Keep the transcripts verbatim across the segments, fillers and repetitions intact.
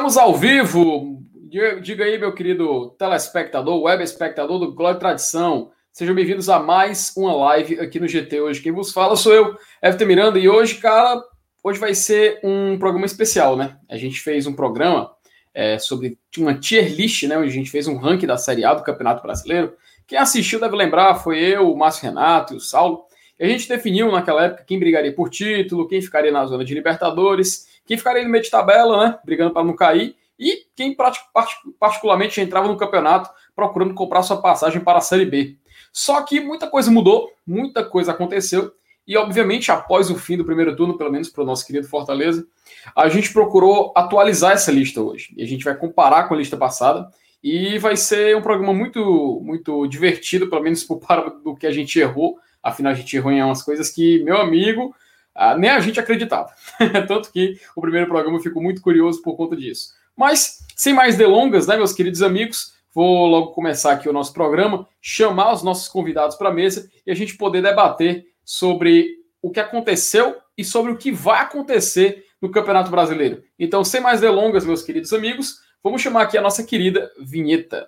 Estamos ao vivo. Diga aí, meu querido telespectador, web espectador do Glória e Tradição. Sejam bem-vindos a mais uma live aqui no G T hoje. Quem vos fala sou eu, Everton Miranda, e hoje, cara, hoje vai ser um programa especial, né? A gente fez um programa é, sobre uma tier list, né? Onde a gente fez um ranking da Série A do Campeonato Brasileiro. Quem assistiu deve lembrar, foi eu, o Márcio Renato e o Saulo. E a gente definiu naquela época quem brigaria por título, quem ficaria na zona de Libertadores, quem ficaria no meio de tabela, né? Brigando para não cair. E quem particularmente entrava no campeonato procurando comprar sua passagem para a Série B. Só que muita coisa mudou, muita coisa aconteceu, e obviamente após o fim do primeiro turno, pelo menos para o nosso querido Fortaleza, a gente procurou atualizar essa lista hoje. E a gente vai comparar com a lista passada, e vai ser um programa muito, muito divertido, pelo menos por para do que a gente errou. Afinal, a gente errou em umas coisas que, meu amigo, nem a gente acreditava. Tanto que o primeiro programa eu fico muito curioso por conta disso. Mas, sem mais delongas, né, meus queridos amigos, vou logo começar aqui o nosso programa, chamar os nossos convidados para a mesa e a gente poder debater sobre o que aconteceu e sobre o que vai acontecer no Campeonato Brasileiro. Então, sem mais delongas, meus queridos amigos, vamos chamar aqui a nossa querida vinheta.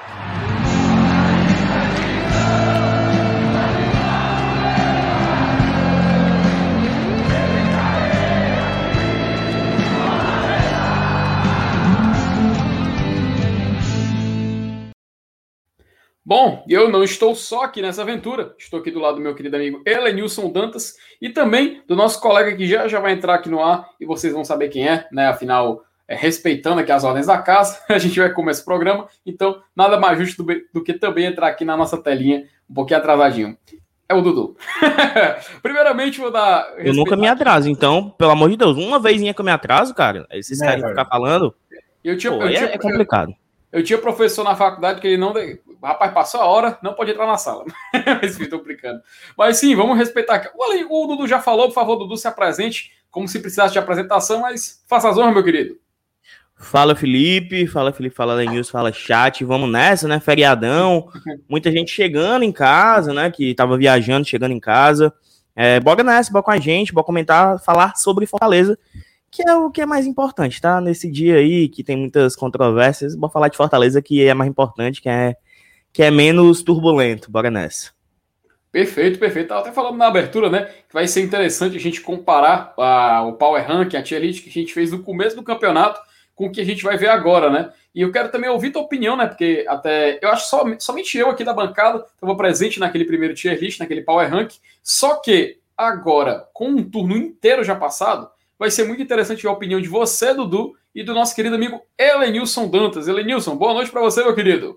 Bom, eu não estou só aqui nessa aventura, estou aqui do lado do meu querido amigo Elenilson Dantas e também do nosso colega que já, já vai entrar aqui no ar e vocês vão saber quem é, né? Afinal, é, respeitando aqui as ordens da casa, a gente vai começar esse programa, então nada mais justo do, do que também entrar aqui na nossa telinha um pouquinho atrasadinho. É o Dudu. Primeiramente, vou dar... Eu nunca me atraso, então, pelo amor de Deus, uma vezinha que eu me atraso, cara, esses caras ficar falando, eu tinha, pô, eu é, tinha, é complicado. Eu, eu tinha professor na faculdade que ele não... Rapaz, passou a hora, não pode entrar na sala. Mas estou brincando. Mas sim, vamos respeitar. O, o Dudu já falou, por favor, Dudu, se apresente, como se precisasse de apresentação, mas faça as honras, meu querido. Fala, Felipe, fala, Felipe, fala, Lenilson, fala, chat, vamos nessa, né, feriadão, muita gente chegando em casa, né, que tava viajando, chegando em casa, é, bora nessa, bora com a gente, bora comentar, falar sobre Fortaleza, que é o que é mais importante, tá, nesse dia aí, que tem muitas controvérsias, bora falar de Fortaleza, que é mais importante, que é que é menos turbulento, bora nessa. Perfeito, perfeito. Estava até falando na abertura, né, que vai ser interessante a gente comparar a, o Power Ranking, a tier list que a gente fez no começo do campeonato com o que a gente vai ver agora, né? E eu quero também ouvir tua opinião, né, porque até, eu acho que só, somente eu aqui da bancada estava presente naquele primeiro tier list, naquele Power Ranking, só que agora, com um turno inteiro já passado, vai ser muito interessante a opinião de você, Dudu, e do nosso querido amigo Elenilson Dantas. Elenilson, boa noite para você, meu querido.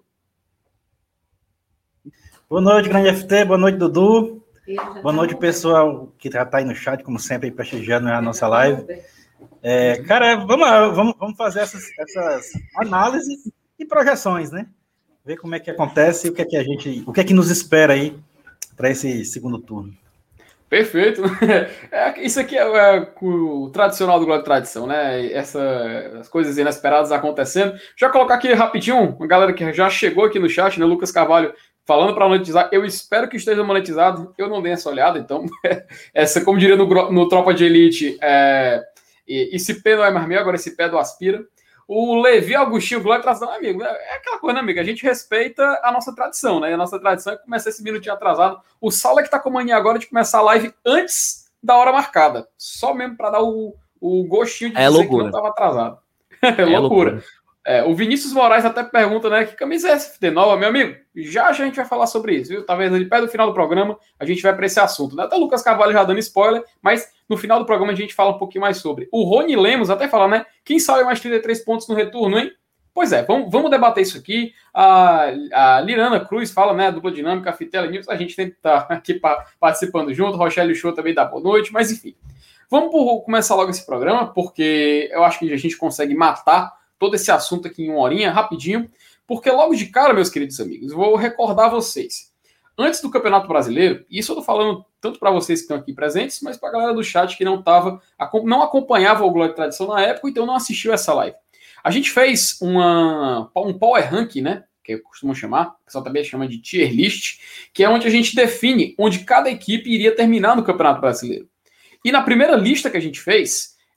Boa noite, grande F T, boa noite, Dudu. Boa noite, pessoal que já está aí no chat, como sempre, aí prestigiando a nossa live. É, cara, vamos, vamos, vamos fazer essas, essas análises e projeções, né? Ver como é que acontece e o que é que a gente, o que é que nos espera aí para esse segundo turno. Perfeito. É, isso aqui é, é o tradicional do Glória e Tradição, né? Essas coisas inesperadas acontecendo. Já colocar aqui rapidinho, uma galera que já chegou aqui no chat, né? Lucas Carvalho falando para monetizar. Eu espero que esteja monetizado. Eu não dei essa olhada, então. Essa, como diria no, no Tropa de Elite, é, esse pé não é mais meu, agora esse pé do aspira. O Levi Agostinho, Glória e Tradição, amigo, é aquela coisa, né, amigo? A gente respeita a nossa tradição, né? A nossa tradição é começar esse minutinho atrasado. O Saulo é que tá com a mania agora de começar a live antes da hora marcada. Só mesmo para dar o, o gostinho de é dizer loucura. que não estava atrasado. É, é loucura. loucura. É, o Vinícius Moraes até pergunta, né, que camisa é essa F T nova, meu amigo? Já já a gente vai falar sobre isso, viu? Talvez ali perto do final do programa a gente vai para esse assunto, né? Até o Lucas Carvalho já dando spoiler, mas no final do programa a gente fala um pouquinho mais sobre. O Rony Lemos até fala, né? Quem sabe mais trinta e três pontos no retorno, hein? Pois é, vamos, vamos debater isso aqui. A, a Lirana Cruz fala, né? A dupla dinâmica, a Fitela News, a gente tem que estar tá aqui pra, participando junto. Rochelle Show também dá boa noite, mas enfim. Vamos por, começar logo esse programa, porque eu acho que a gente consegue matar todo esse assunto aqui em uma horinha, rapidinho, porque logo de cara, meus queridos amigos, vou recordar vocês. Antes do Campeonato Brasileiro, e isso eu tô falando tanto para vocês que estão aqui presentes, mas para a galera do chat que não tava, não acompanhava o Glória e Tradição na época, então não assistiu essa live. A gente fez uma, um Power Ranking, né, que eu costumo chamar, o pessoal também chama de Tier List, que é onde a gente define onde cada equipe iria terminar no Campeonato Brasileiro. E na primeira lista que a gente fez,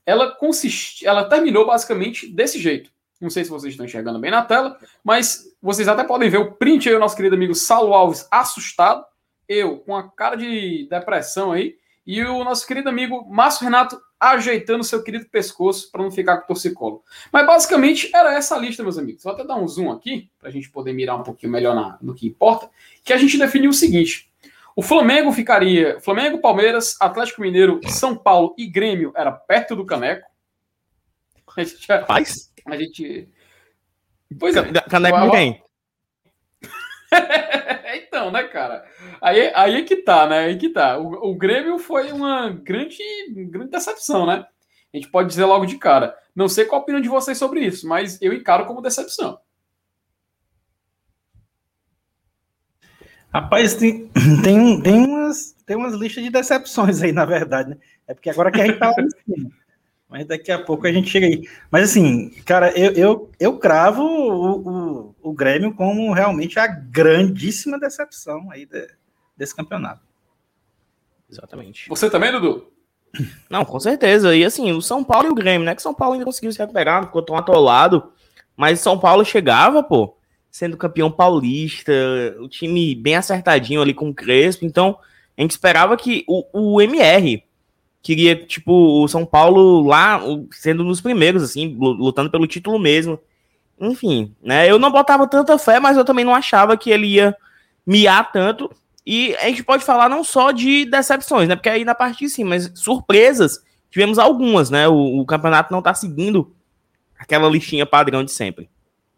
ela consiste, ela terminou basicamente desse jeito. Não sei se vocês estão enxergando bem na tela, mas vocês até podem ver o print aí, o nosso querido amigo Saulo Alves assustado, eu com a cara de depressão aí, e o nosso querido amigo Márcio Renato ajeitando seu querido pescoço para não ficar com torcicolo. Mas basicamente era essa a lista, meus amigos. Vou até dar um zoom aqui, para a gente poder mirar um pouquinho melhor na, no que importa, que a gente definiu o seguinte: o Flamengo ficaria, Flamengo, Palmeiras, Atlético Mineiro, São Paulo e Grêmio era perto do caneco. A gente já... Faz? A gente. Pois é. Caneco de quem? Então, né, cara? Aí, aí é que tá, né? Aí que tá. O, o Grêmio foi uma grande, grande decepção, né? A gente pode dizer logo de cara. Não sei qual a opinião de vocês sobre isso, mas eu encaro como decepção. Rapaz, tem, tem, tem, umas, tem umas listas de decepções aí, na verdade, né? É porque agora que a gente tá lá em cima. Mas daqui a pouco a gente chega aí. Mas assim, cara, eu, eu, eu cravo o, o, o Grêmio como realmente a grandíssima decepção aí de, desse campeonato. Exatamente. Você também, Dudu? Não, com certeza. E assim, o São Paulo e o Grêmio, né? Que São Paulo ainda conseguiu se recuperar, ficou tão atolado. Mas São Paulo chegava, pô, sendo campeão paulista, o time bem acertadinho ali com o Crespo. Então, a gente esperava que o, o M R queria, tipo, o São Paulo lá, sendo nos primeiros, assim, lutando pelo título mesmo. Enfim, né? Eu não botava tanta fé, mas eu também não achava que ele ia miar tanto. E a gente pode falar não só de decepções, né? Porque aí na parte de cima, mas surpresas, tivemos algumas, né? O, o campeonato não tá seguindo aquela listinha padrão de sempre.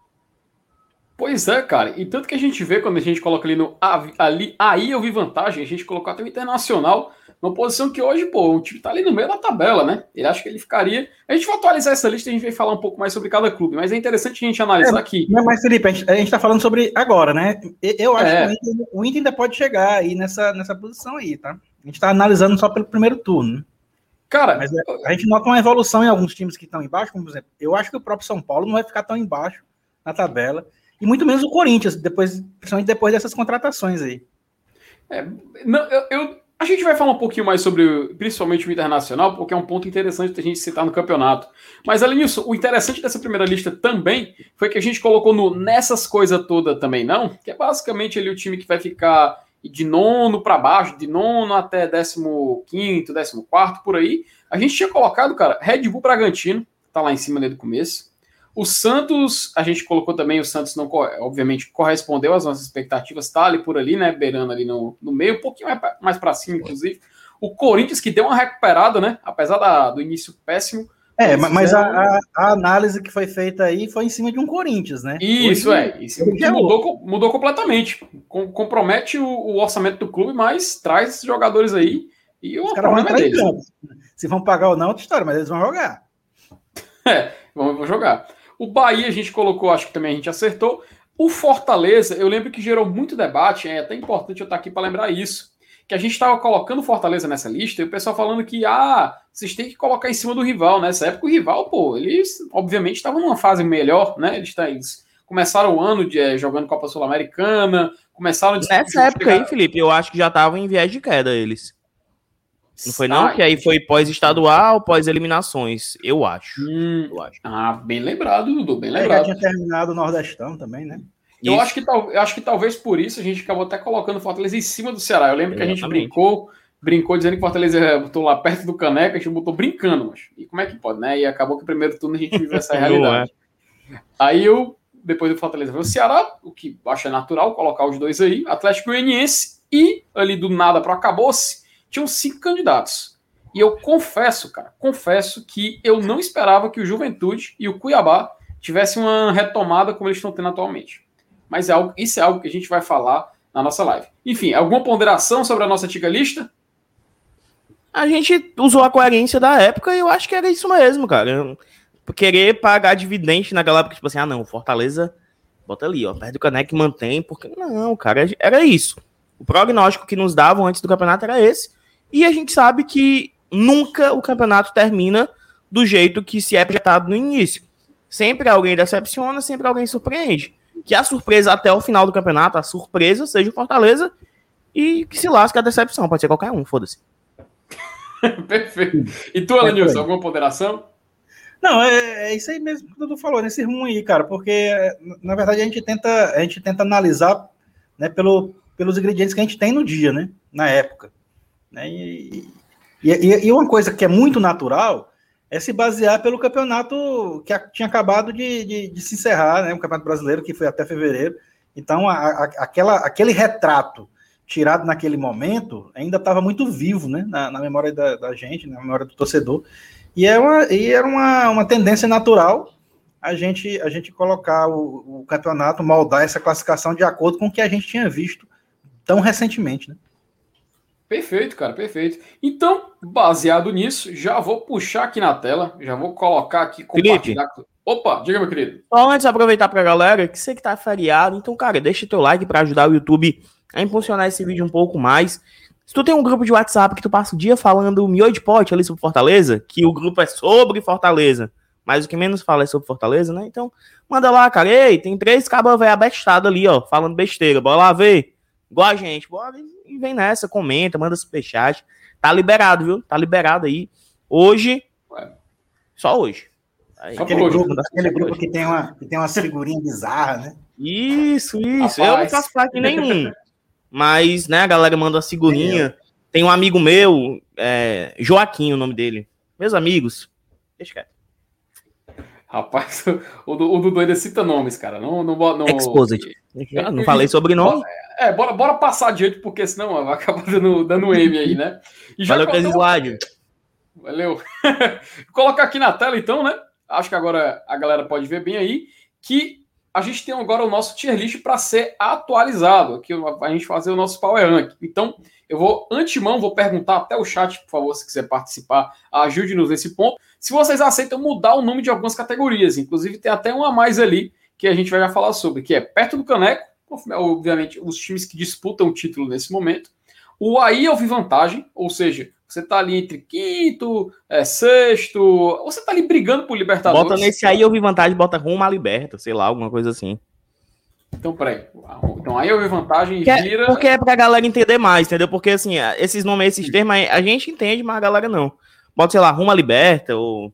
Pois é, cara. E tanto que a gente vê quando a gente coloca ali no ali, aí eu vi vantagem, a gente colocou até o Internacional numa posição que hoje, pô, o time tá ali no meio da tabela, né? Ele acha que ele ficaria... A gente vai atualizar essa lista e a gente vai falar um pouco mais sobre cada clube, mas é interessante a gente analisar é, aqui. Mas, Felipe, a gente, a gente tá falando sobre agora, né? Eu acho é. que o Inter, o Inter ainda pode chegar aí nessa, nessa posição aí, tá? A gente tá analisando só pelo primeiro turno. Cara... Mas a gente nota uma evolução em alguns times que estão embaixo, como por exemplo, eu acho que o próprio São Paulo não vai ficar tão embaixo na tabela, e muito menos o Corinthians, depois, principalmente depois dessas contratações aí. É, não, eu... eu... A gente vai falar um pouquinho mais sobre, principalmente o Internacional, porque é um ponto interessante da gente citar no campeonato. Mas, além disso, o interessante dessa primeira lista também foi que a gente colocou no nessas coisas todas também não, que é basicamente ali o time que vai ficar de nono para baixo, de nono até décimo quinto, décimo quarto, por aí. A gente tinha colocado, cara, Red Bull Bragantino, tá lá em cima ali do começo. O Santos, a gente colocou também, o Santos não, obviamente, correspondeu às nossas expectativas, tá ali por ali, né, beirando ali no, no meio, um pouquinho mais, mais para cima, inclusive. O Corinthians, que deu uma recuperada, né, apesar da, do início péssimo. É, mas a, a, a análise que foi feita aí foi em cima de um Corinthians, né? Isso, Hoje, é, isso mudou, mudou completamente. Com, compromete o, o orçamento do clube, mas traz jogadores aí e o problema é deles. Se vão pagar ou não, outra história, mas eles vão jogar. É, vão, vão jogar. O Bahia a gente colocou, acho que também a gente acertou. O Fortaleza, eu lembro que gerou muito debate, é até importante eu estar aqui para lembrar isso, que a gente estava colocando o Fortaleza nessa lista e o pessoal falando que, ah, vocês têm que colocar em cima do rival. Nessa época o rival, pô, eles obviamente estavam numa fase melhor, né? Eles, eles começaram o ano de, é, jogando Copa Sul-Americana, começaram... De, nessa época chegar... aí, Felipe, eu acho que já estavam em viés de queda eles. Não foi não? Ah, que aí foi pós-estadual, pós-eliminações, eu acho. Hum, eu acho. Ah, bem lembrado, Dudu, bem lembrado. Já tinha terminado o Nordestão também, né? Eu acho, que, eu acho que talvez por isso a gente acabou até colocando o Fortaleza em cima do Ceará. Eu lembro Exatamente. que a gente brincou, brincou dizendo que o Fortaleza botou lá perto do Caneca, a gente botou brincando, mas e como é que pode, né? E acabou que o primeiro turno a gente viveu essa realidade. É. Aí eu, depois do Fortaleza, veio o Ceará, o que acho natural, colocar os dois aí, Atlético Goianiense e ali do nada para acabou-se, tinham cinco candidatos. E eu confesso, cara, confesso que eu não esperava que o Juventude e o Cuiabá tivessem uma retomada como eles estão tendo atualmente. Mas é algo, isso é algo que a gente vai falar na nossa live. Enfim, alguma ponderação sobre a nossa antiga lista? A gente usou a coerência da época e eu acho que era isso mesmo, cara. Querer pagar dividende naquela época, tipo assim, ah não, Fortaleza, bota ali, ó, perde o caneco e mantém, porque não, cara, era isso. O prognóstico que nos davam antes do campeonato era esse. E a gente sabe que nunca o campeonato termina do jeito que se é projetado no início. Sempre alguém decepciona, sempre alguém surpreende. Que a surpresa até o final do campeonato, a surpresa seja o Fortaleza e que se lasque a decepção. Pode ser qualquer um, foda-se. Perfeito. E tu, Alanilson, alguma ponderação? Não, é, é isso aí mesmo que o Dudu falou, nesse rumo aí, cara, porque, na verdade, a gente tenta, a gente tenta analisar, né, pelo, pelos ingredientes que a gente tem no dia, né, na época. Né, e, e, e uma coisa que é muito natural é se basear pelo campeonato que a, tinha acabado de, de, de se encerrar, né, o Campeonato Brasileiro, que foi até fevereiro. Então, a, a, aquela, aquele retrato tirado naquele momento ainda estava muito vivo, né, na, na memória da, da gente, na memória do torcedor. E, é uma, e era uma, uma tendência natural a gente, a gente colocar o, o campeonato, moldar essa classificação de acordo com o que a gente tinha visto tão recentemente, né? Perfeito, cara, perfeito. Então, baseado nisso, já vou puxar aqui na tela, já vou colocar aqui, compartilhar. Felipe. Opa, diga, meu querido. Só antes de aproveitar pra galera, que sei que tá feriado, então, cara, deixa teu like pra ajudar o YouTube a impulsionar esse vídeo um pouco mais. Se tu tem um grupo de WhatsApp que tu passa o dia falando miolo de pote ali sobre Fortaleza, que o grupo é sobre Fortaleza, mas o que menos fala é sobre Fortaleza, né? Então, manda lá, cara. Ei, tem três cabas velho abestados ali, ó, falando besteira. Bora lá ver. Igual a gente. Bora e vem nessa, comenta, manda superchat. Tá liberado, viu? Tá liberado aí. Hoje, Ué. só hoje. Aí, aquele hoje, grupo, aquele grupo que tem, uma, que tem umas figurinhas bizarras, né? Isso, isso. Rapaz. Eu não faço parte nenhum. Mas, né, a galera manda uma figurinha. É. Tem um amigo meu, é, Joaquim, o nome dele. Meus amigos. Deixa quieto. Rapaz, o, o Dudu ainda cita nomes, cara. Não, não, não... Exposit. Eu não falei sobrenome. É, bora, bora passar adiante, porque senão vai acabar dando, dando M aí, né? E já Valeu pelo slide. Valeu. Vou colocar aqui na tela, então, né? Acho que agora a galera pode ver bem aí que a gente tem agora o nosso tier list para ser atualizado. Aqui a gente fazer o nosso Power Rank. Então, eu vou, antemão, vou perguntar até o chat, por favor, se quiser participar, ajude-nos nesse ponto. Se vocês aceitam mudar o nome de algumas categorias, inclusive tem até uma a mais ali que a gente vai já falar sobre, que é perto do caneco, obviamente, os times que disputam o título nesse momento. O aí eu vi vantagem, ou seja, você tá ali entre quinto, é, sexto, você tá ali brigando por Libertadores. Bota nesse aí eu vi vantagem, bota rumo à Liberta, sei lá, alguma coisa assim. Então, peraí. Então aí eu vi vantagem e que vira... É, porque é pra galera entender mais, entendeu? Porque, assim, esses nomes, esses termos, a gente entende, mas a galera não. Bota, sei lá, rumo à Liberta, ou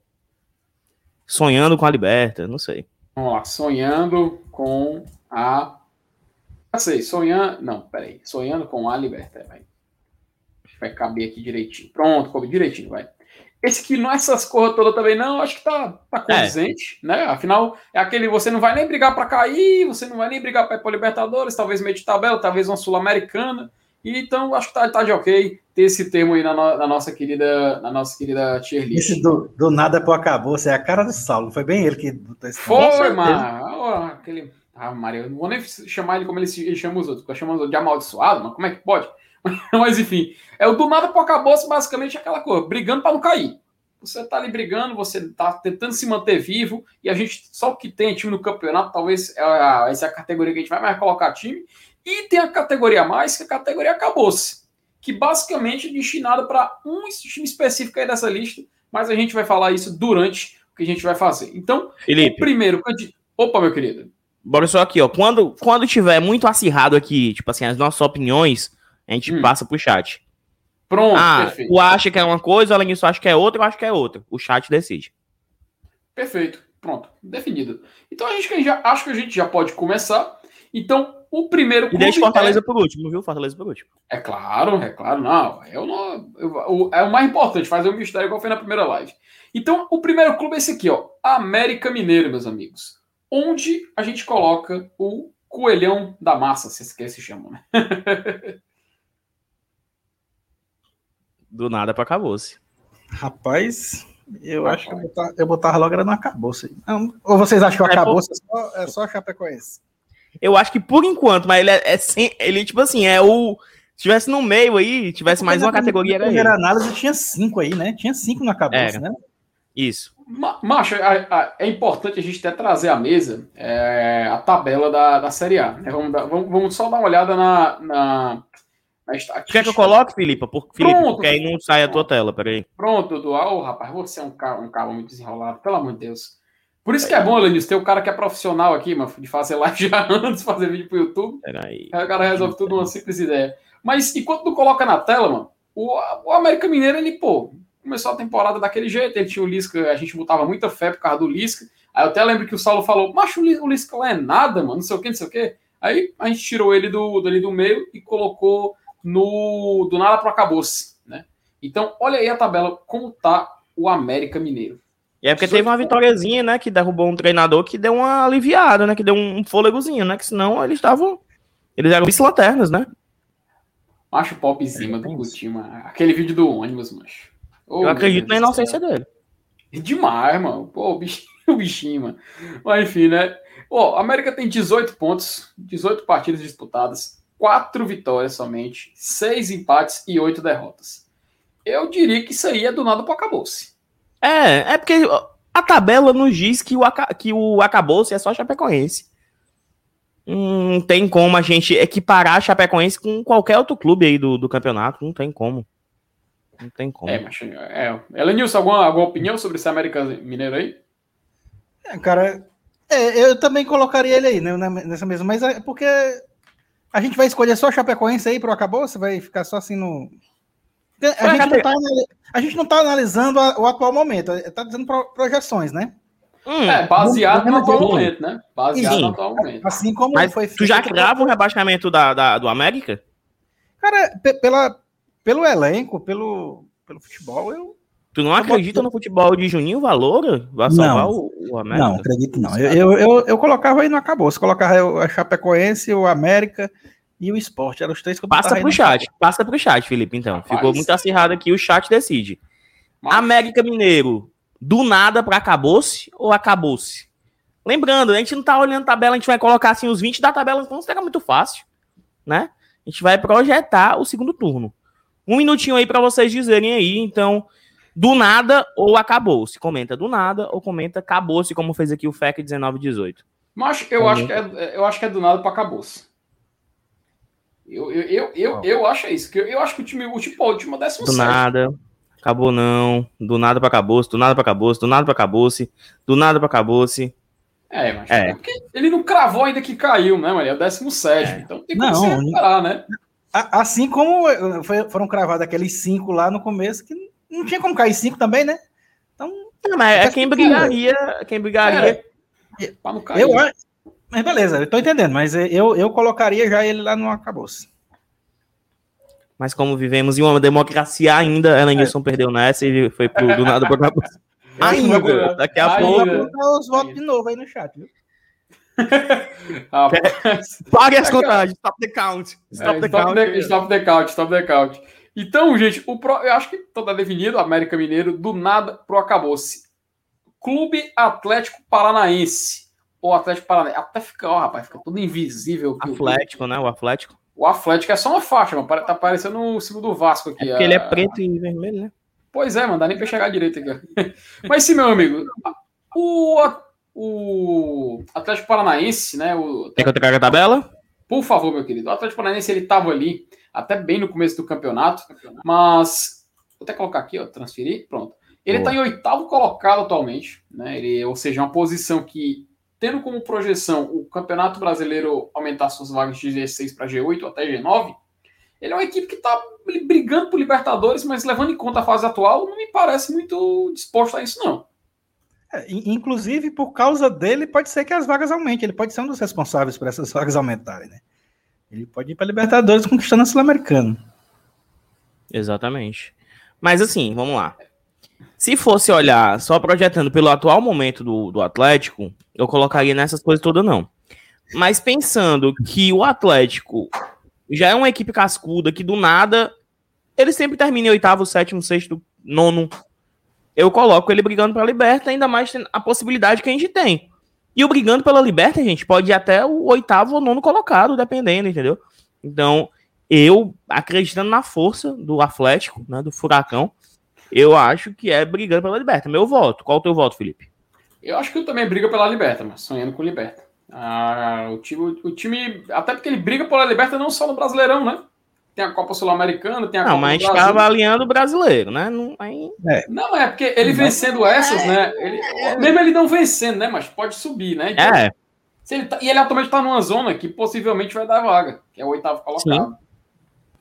sonhando com a Liberta, não sei. Vamos lá, sonhando com a... Já sei, sonhando... Não, peraí. Sonhando com a Liberta, vai. Vai caber aqui direitinho. Pronto, coube direitinho, vai. Esse aqui não é essas coisas todas também, não. Acho que tá, tá condizente, é. né? Afinal, é aquele, você não vai nem brigar para cair, você não vai nem brigar para ir para Libertadores, talvez meio de tabela, talvez uma Sul-Americana. E, então, acho que tá, tá de ok ter esse termo aí na, no, na nossa querida na nossa querida tier list. Esse do, do nada pro acabou, você é a cara do Saulo. Foi bem ele que botou esse Foi, mano. Oh, aquele... Ah, Maria, eu não vou nem chamar ele como ele, ele chama os outros, porque eu chamo de amaldiçoado, mas como é que pode? Mas enfim, é o do nada pro acabou-se, basicamente aquela coisa, brigando para não cair. Você tá ali brigando, você tá tentando se manter vivo, e a gente, só o que tem time no campeonato, talvez é a, essa é a categoria que a gente vai mais colocar time, e tem a categoria a mais, que é a categoria acabou-se, que basicamente é destinada para um time específico aí dessa lista, mas a gente vai falar isso durante o que a gente vai fazer. Então, Felipe. o primeiro... Opa, meu querido. Bora só aqui, ó, quando, quando tiver muito acirrado aqui, tipo assim, as nossas opiniões, a gente hum. passa pro chat. Pronto, ah, perfeito. Tu acha que é uma coisa, o Alanilson acha que é outra, eu acho que é outra. O chat decide. Perfeito, pronto, definido. Então a gente já, acho que a gente já pode começar. Então, o primeiro clube... E deixa Fortaleza é... por último, viu? Fortaleza por último. É claro, é claro, não. Eu não eu, é o mais importante, fazer um mistério igual foi na primeira live. Então, o primeiro clube é esse aqui, ó. América Mineiro, meus amigos. Onde a gente coloca o coelhão da massa, se esquece, se chama, né? Do nada para acabou-se. Rapaz, eu Rapaz. acho que eu botava, eu botava logo era no acabou-se. Ou vocês acham que o acabou-se é só, é só a Chapecoense? Eu acho que por enquanto, mas ele é, é sem, ele tipo assim, é o... Se tivesse no meio aí, tivesse mais uma categoria... Na primeira análise tinha cinco aí, né? Tinha cinco no acabou-se, né? Isso. Macho, é importante a gente até trazer à mesa é, a tabela da, da Série A. Né? Vamos, dar, vamos, vamos só dar uma olhada na... na... Quer que eu coloque, Filipe? Por, Felipe, Pronto, porque aí não sai a tua tela, peraí. Pronto, Dudu. Oh, rapaz, você é um cara, um cara muito desenrolado, pelo amor de Deus. Por isso que é bom, Lenis, ter um cara que é profissional aqui, mano, de fazer live já antes de fazer vídeo pro YouTube. Peraí. Aí o cara resolve tudo uma simples ideia. Mas enquanto tu coloca na tela, mano, o, o América Mineiro, ele, pô, começou a temporada daquele jeito, ele tinha o Lisca, a gente botava muita fé por causa do Lisca. Aí eu até lembro que o Saulo falou, macho, o Lisca lá é nada, mano, não sei o que, não sei o que. Aí a gente tirou ele do, do, do meio e colocou no do nada pro acabou-se, né? Então, olha aí a tabela, como tá o América Mineiro. E é porque teve uma vitóriazinha, né, que derrubou um treinador que deu uma aliviada, né, que deu um fôlegozinho, né, que senão eles estavam, eles eram vice-lanternas, né? Macho pop em cima é, do Coutinho, aquele vídeo do ônibus, macho. Oh, eu acredito na inocência dele. Demais, mano. Pô, o bichinho, o bichinho, mano. Mas enfim, né? Pô, a América tem dezoito pontos, dezoito partidas disputadas, quatro vitórias somente, seis empates e oito derrotas. Eu diria que isso aí é do nada pro acabou-se. É, é porque a tabela nos diz que o, que o acabou-se é só Chapecoense. Não tem como a gente equiparar a Chapecoense com qualquer outro clube aí do, do campeonato. Não tem como. Não tem como. É, mas... É. Elenilson, alguma, alguma opinião sobre esse América Mineiro aí? É, cara... É, eu também colocaria ele aí, né, nessa mesma. Mas é porque a gente vai escolher só a Chapecoense aí pro acabou-se? Vai ficar só assim no... A gente, não tá, a gente não tá analisando a, o atual momento, tá dizendo pro, projeções, né? Hum, é, baseado no atual momento, né? Baseado no atual momento. Assim como Mas foi tu já crava o rebaixamento da, da, do América? Cara, pela, pelo elenco, pelo, pelo futebol, eu... Tu não acredita no futebol de Juninho Valora? Vai salvar o, o América? Não, acredito não. Eu, eu, eu, eu colocava aí no acabou-se, colocava a Chapecoense, o América... E o Sport, eram os três que eu Passa pro chat, passa pro chat, Felipe, então. Rapaz. Ficou muito acirrado aqui, o chat decide. Mas... América Mineiro, do nada pra acabou-se ou acabou-se? Lembrando, a gente não tá olhando tabela, a gente vai colocar assim os vinte da tabela, então será muito fácil, né? A gente vai projetar o segundo turno. Um minutinho aí pra vocês dizerem aí, então, do nada ou acabou-se? Comenta do nada ou comenta acabou-se, como fez aqui o F E C dezenove dezoito. Mas eu acho, que é, eu acho que é do nada pra acabou-se. Eu, eu, eu, eu, eu acho isso, que eu, eu acho que o time, o time, o time é décimo sétimo. Do nada, acabou não, do nada pra acabou-se, do nada pra acabou-se, do nada pra acabou-se, do nada pra acabou-se. É, mas é. É porque ele não cravou ainda que caiu, né, Maria? É o décimo sétimo, é. Então tem como se recuperar, né? Assim como foram cravados aqueles cinco lá no começo, que não tinha como cair cinco também, né? Então. Não, mas é quem brigaria, quem brigaria. É, pra não cair. Eu acho. Mas beleza, eu tô entendendo, mas eu, eu colocaria já ele lá no acabou-se. Mas como vivemos em uma democracia ainda, Elenilson é. perdeu nessa e foi pro, do nada pro acabou-se. Ainda, ainda, daqui a pouco. Eu vou botar os votos de novo aí no chat, viu? Pague as contagens, stop the count. Stop, é, the, stop, count. The, stop the count, stop the count. Então, gente, o pro, eu acho que tá definido, América Mineiro, do nada pro acabou-se. Clube Atlético Paranaense. O Atlético Paranaense. Até fica, ó, rapaz, fica tudo invisível. Atlético, né? O Atlético. O Atlético é só uma faixa, mano. Tá parecendo o símbolo do Vasco aqui. É porque a... ele é preto e vermelho, né? Pois é, mano. Dá nem pra chegar direito aqui. Mas sim, meu amigo. O, o Atlético Paranaense, né? O... Quer que eu traga a tabela? Por favor, meu querido. O Atlético Paranaense, ele tava ali, até bem no começo do campeonato. Mas, vou até colocar aqui, ó. Transferir. Pronto. Ele Boa. Tá em oitavo colocado atualmente, né? Ele, ou seja, uma posição que, tendo como projeção o Campeonato Brasileiro aumentar suas vagas de G seis para G oito até G nove, ele é uma equipe que está brigando por Libertadores, mas levando em conta a fase atual, não me parece muito disposto a isso, não. É, inclusive, por causa dele, pode ser que as vagas aumentem. Ele pode ser um dos responsáveis por essas vagas aumentarem, né? Ele pode ir para Libertadores conquistando a Sul-Americana. Exatamente. Mas assim, vamos lá. Se fosse olhar só projetando pelo atual momento do, do Atlético, eu colocaria nessas coisas todas, não. Mas pensando que o Atlético já é uma equipe cascuda, que do nada ele sempre termina em oitavo, sétimo, sexto, nono. Eu coloco ele brigando pela Liberta, ainda mais a possibilidade que a gente tem. E o brigando pela Liberta, gente, pode ir até o oitavo ou nono colocado, dependendo, entendeu? Então, eu, acreditando na força do Atlético, né, do Furacão, eu acho que é brigando pela Liberta. Meu voto. Qual o teu voto, Felipe? Eu acho que eu também brigo pela Liberta, mas sonhando com Liberta. Ah, o, time, o time... Até porque ele briga pela Liberta não só no Brasileirão, né? Tem a Copa Sul-Americana, tem a não, Copa mas do Brasil. Não, mas tá avaliando o brasileiro, né? Não, aí... é. não, é porque ele vencendo essas, né? Ele, mesmo ele não vencendo, né? Mas pode subir, né? Então, é. Se ele tá, e ele atualmente tá numa zona que possivelmente vai dar vaga, que é o oitavo colocado. Sim.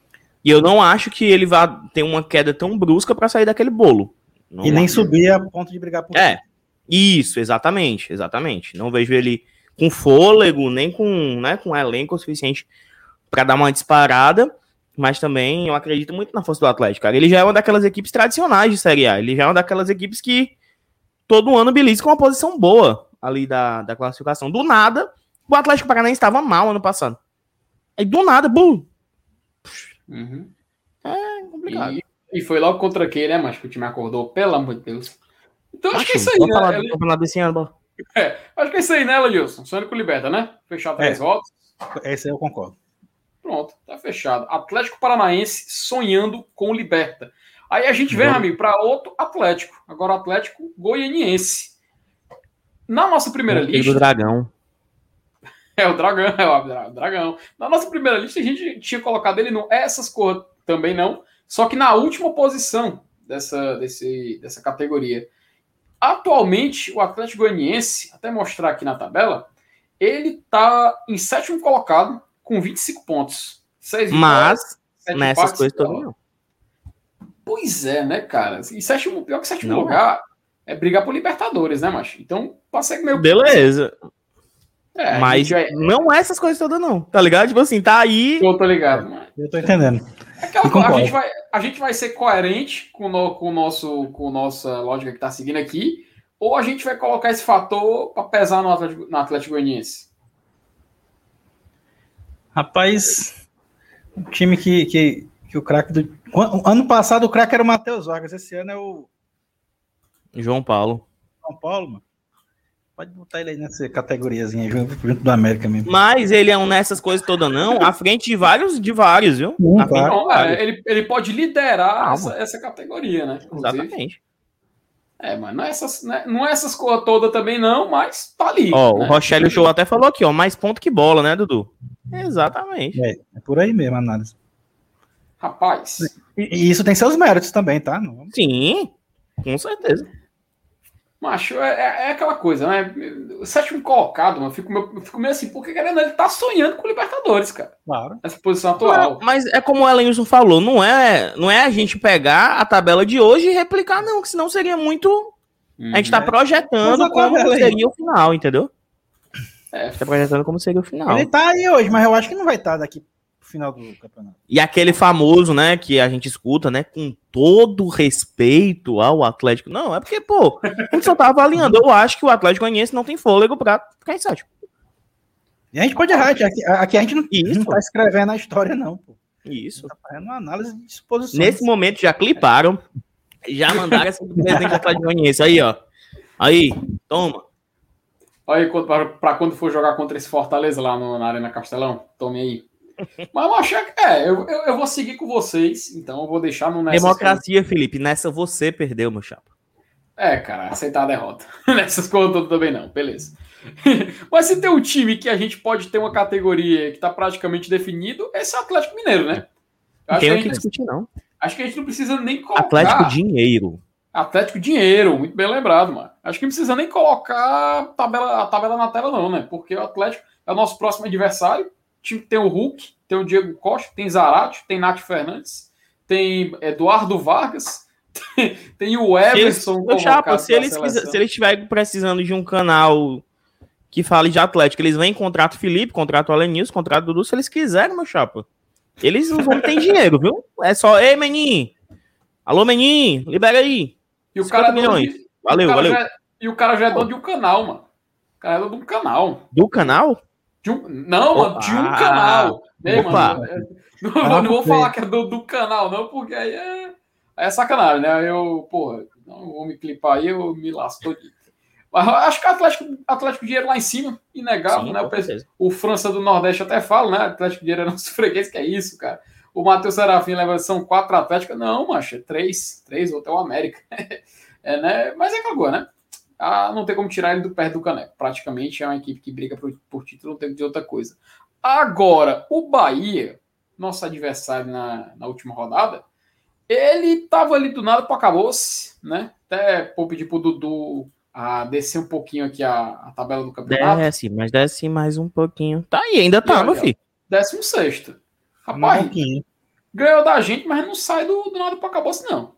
E eu não acho que ele vá ter uma queda tão brusca para sair daquele bolo. Não e nem acho. subir a ponto de brigar por É, isso, exatamente, exatamente. Não vejo ele com fôlego, nem com, né, com elenco o suficiente para dar uma disparada, mas também eu acredito muito na força do Atlético, cara. Ele já é uma daquelas equipes tradicionais de Série A, ele já é uma daquelas equipes que todo ano belisca uma posição boa ali da, da classificação. Do nada, o Atlético Paranaense estava mal ano passado. Aí do nada, bum! Uhum. É complicado. E, e foi logo contra quem, né, mas que o time acordou, pelo amor de Deus. Então acho Acho, que é isso aí, vamos né? falar do Ele- campeonato desse ano. É, acho que é isso aí, né, Ledilson? Sonhando com Liberta, né? Fechar três É. votos. Esse aí eu concordo. Pronto, tá fechado. Atlético Paranaense sonhando com Liberta. Aí a gente vem, Bom. amigo, para outro Atlético. Agora Atlético Goianiense. Na nossa primeira Do lista. Dragão. É o Dragão, é o Dragão. Na nossa primeira lista, a gente tinha colocado ele no essas cores também não, só que na última posição dessa, desse, dessa categoria. Atualmente, o Atlético Goianiense, até mostrar aqui na tabela, ele está em sétimo colocado com vinte e cinco pontos. seis Mas, sete nessas empates, coisas todas não. Pois é, né, cara? E sétimo, pior que sétimo Não. lugar é brigar por Libertadores, né, macho? Então, passa meio... Beleza. É, a Mas gente é- não é essas coisas todas, não. Tá ligado? Tipo assim, tá aí. Eu tô ligado, mas... Eu tô entendendo. Aquela Eu coisa, a, concordo. gente vai, a gente vai ser coerente com, no, com, o nosso, com nossa lógica que está seguindo aqui, ou a gente vai colocar esse fator para pesar no Atlético, no Atlético Goianiense? Rapaz, um time que, que, que o craque do. Ano passado o craque era o Matheus Vargas, esse ano é o João Paulo. São Paulo, mano. Pode botar ele aí nessa categoriazinha junto, junto do América mesmo. Mas ele é um nessas coisas todas, não, à frente de vários, de vários, viu? Sim, À frente claro. de Então, vários. é, ele, ele pode liderar Calma. essa, essa categoria, né? Inclusive. Exatamente. É, mas não é essas, né, não é essas coisas todas também, não, mas tá ali. Ó, né? o Rochelio Show até falou aqui, ó, mais ponto que bola, né, Dudu? Exatamente. É, é por aí mesmo a análise. Rapaz, E, e isso tem seus méritos também, tá? Não, Sim, com certeza. macho, é, é- é aquela coisa, né? O sétimo colocado, mano, eu fico, meio, eu fico meio assim, porque querendo, ele tá sonhando com o Libertadores, cara. claro. Nessa posição atual. Não, mas é como o Elenilson falou, não é, não é a gente pegar a tabela de hoje e replicar, não, que senão seria muito... A gente tá Uhum. projetando Mas a como tabela aí. seria o final, entendeu? É, A gente tá projetando como seria o final. Ele tá aí hoje, mas eu acho que não vai estar daqui pro final do campeonato. E aquele famoso, né, que a gente escuta, né, com todo respeito ao Atlético. Não, é porque, pô, a gente só tá avaliando. Eu acho que o Atlético Goianiense não tem fôlego pra ficar em sétimo. E a gente pode errar, aqui, aqui a gente não, Isso. não tá escrevendo a história, não, pô. Isso. Tá fazendo uma análise de disposições. Nesse momento já cliparam, já mandaram essa do presidente do Atlético Goianiense. Aí, ó. Aí, toma. olha aí quando- pra, pra quando for jogar contra esse Fortaleza lá no- na Arena Castelão, tome aí. Mas eu achei que. É, eu, eu, eu vou seguir com vocês, então eu vou deixar no nessas Democracia, Felipe. Nessa você perdeu, meu chapa. É, cara, aceitar a derrota. Nessas coisas todas também não, beleza. Mas se tem um time que a gente pode ter uma categoria que está praticamente definido, esse é o Atlético Mineiro, né? Eu Não acho, que tem a o que gente, discutir, não. acho que a gente não precisa nem colocar. Atlético Dinheiro. Atlético Dinheiro, muito bem lembrado, mano. Acho que não precisa nem colocar a tabela, a tabela na tela, não, né? Porque o Atlético é o nosso próximo adversário. O time tem o Hulk, tem o Diego Costa, tem Zarate, tem Nath Fernandes, tem Eduardo Vargas, tem, tem o Everson. Meu chapa, convocado se pra eles, seleção. quiser, se eles estiverem precisando de um canal que fale de Atlético, eles vêm contrato Felipe, contrato Alenilson, contrato Dudu, se eles quiserem, meu chapa. Eles não vão ter dinheiro, viu? É só, ei, meninho. Alô, meninho, libera aí. E o cara é dono milhões. de- Valeu, o cara valeu. já é- e o cara já é dono de um canal, mano. O cara é dono de um canal. Do canal? De um- não, mano, de um Opa! canal. Né, Opa! mano? É- Não, não, não vou falar que é do, do canal, não, porque aí é, aí é sacanagem, né? Aí eu, porra, não vou me clipar aí, eu me lasco aqui. Mas eu acho que o Atlético, Atlético Dinheiro lá em cima, inegável, Sim, né? com O, pe- certeza. o França do Nordeste até fala, né? Atlético Dinheiro é nosso freguês, que é isso, cara. O Matheus Serafim leva, são quatro Atléticos. Não, macho, é três. Três, outro é o América. É, né? Mas é aquela coisa, né? Ah, não tem como tirar ele do perto do caneco. Praticamente é uma equipe que briga por, por título, não tem que dizer outra coisa. Agora, o Bahia, nosso adversário na, na última rodada, ele tava ali do nada para acabou-se, né? Até vou pedir pro Dudu a descer um pouquinho aqui a, a tabela do campeonato. Desce, mas desce mais um pouquinho. Tá aí, ainda E tá, olha, meu filho. Décimo sexto. Um Rapaz, pouquinho. Ganhou da gente, mas não sai do, do nada para acabou-se, não.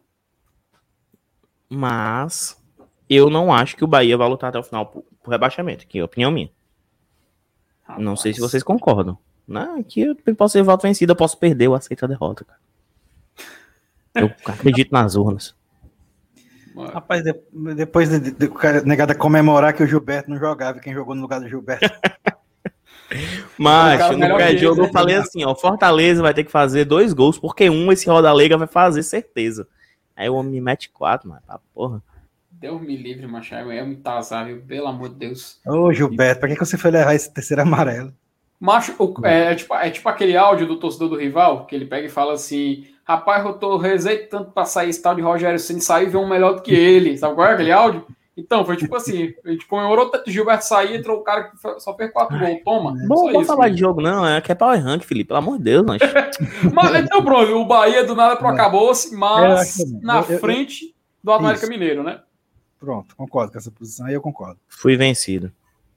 Mas eu não acho que o Bahia vai lutar até o final por, por rebaixamento, que é a opinião minha. Rapaz. Não sei se vocês concordam. Não, aqui eu posso ser voto vencido, eu posso perder, eu aceito a derrota, cara. Eu acredito nas urnas. Rapaz, de, depois de, de, de o cara negado comemorar que o Gilberto não jogava, quem jogou no lugar do Gilberto. Mas no pré-jogo eu falei assim, ó, Fortaleza vai ter que fazer dois gols, porque um esse Roda Leiga vai fazer, certeza. Aí o homem me mete quatro, mano, tá porra. Deus me livre, macho, é muito azar, viu? Pelo amor de Deus. Ô, Gilberto, pra que, que você foi levar esse terceiro amarelo? Macho, é, é, tipo, é tipo aquele áudio do torcedor do rival, que ele pega e fala assim, rapaz, eu tô rezei tanto pra sair esse tal de Rogério Ceni sair e ver um melhor do que ele. Sabe qual é aquele áudio? Então, foi tipo assim, a gente comemorou tanto de Gilberto sair, entrou o cara que só fez quatro gols, toma. Bom, não falar de jogo não, é que é power rank, Felipe, pelo amor de Deus, mas... mas então pronto, o Bahia do nada pro acabou-se, mas na eu, eu, frente do América Mineiro, né? Pronto, concordo com essa posição, aí eu concordo. Fui vencido.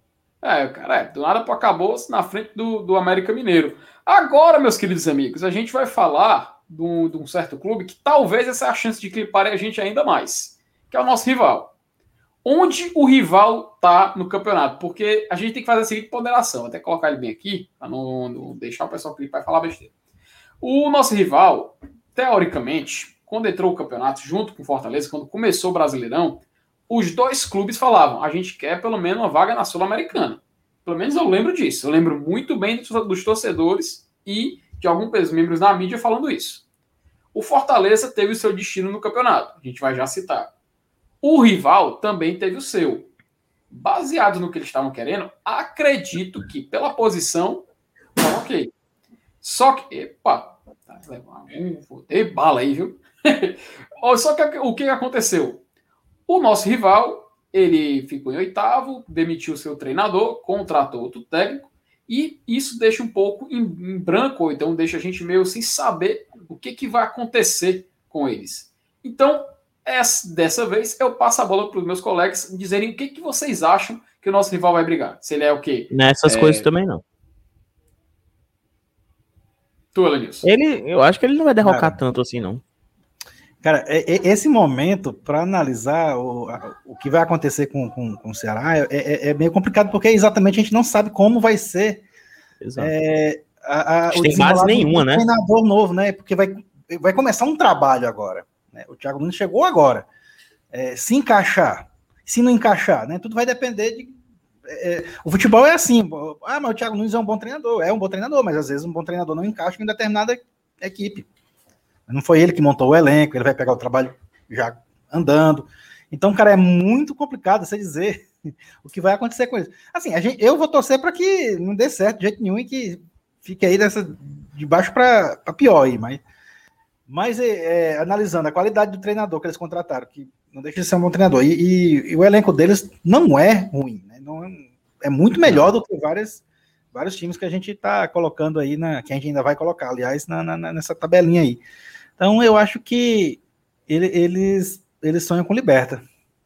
É, cara, é, do nada pro acabou-se na frente do, do América Mineiro. Agora, meus queridos amigos, a gente vai falar de um, de um certo clube que talvez essa é a chance de cliparem a gente ainda mais, que é o nosso rival. Onde o rival tá no campeonato? Porque a gente tem que fazer a seguinte ponderação, vou até colocar ele bem aqui, para não, não deixar o pessoal clipar e falar besteira. O nosso rival, teoricamente, quando entrou o campeonato, junto com o Fortaleza, quando começou o Brasileirão, os dois clubes falavam, a gente quer pelo menos uma vaga na Sul-Americana. Pelo menos eu lembro disso. Eu lembro muito bem dos torcedores e de alguns membros da mídia falando isso. O Fortaleza teve o seu destino no campeonato. A gente vai já citar. O rival também teve o seu. Baseado no que eles estavam querendo, acredito que pela posição, tá ok. Só que, epa, tá, vou ter bala aí, viu? Só que o que aconteceu? O nosso rival, ele ficou em oitavo, demitiu seu treinador, contratou outro técnico, e isso deixa um pouco em, em branco, ou então deixa a gente meio sem saber o que, que vai acontecer com eles. Então, essa, dessa vez, eu passo a bola para os meus colegas dizerem o que, que vocês acham que o nosso rival vai brigar. Se ele é o quê? Nessas é... coisas também não. Tu, Elenilson. Ele, eu acho que ele não vai derrocar Cara. tanto assim, não. Cara, esse momento, para analisar o, o que vai acontecer com, com, com o Ceará, é, é, é meio complicado, porque exatamente a gente não sabe como vai ser é, a, a, o tem base nenhuma, né? treinador novo, né? Porque vai, vai começar um trabalho agora. Né? O Thiago Nunes chegou agora. É, se encaixar, se não encaixar, né? Tudo vai depender de... É, o futebol é assim, ah, mas o Thiago Nunes é um bom treinador, é um bom treinador, mas às vezes um bom treinador não encaixa em determinada equipe. Não foi ele que montou o elenco, ele vai pegar o trabalho já andando. Então, cara, é muito complicado você dizer o que vai acontecer com isso. Assim, a gente, eu vou torcer para que não dê certo de jeito nenhum e que fique aí dessa, de baixo para pior aí, mas, mas é, é, analisando a qualidade do treinador que eles contrataram, que não deixa de ser um bom treinador, e, e, e o elenco deles não é ruim, né? Não é, é muito melhor do que várias, vários times que a gente está colocando aí, na, que a gente ainda vai colocar, aliás, na, na, nessa tabelinha aí. Então, eu acho que ele, eles, eles sonham com Liberta.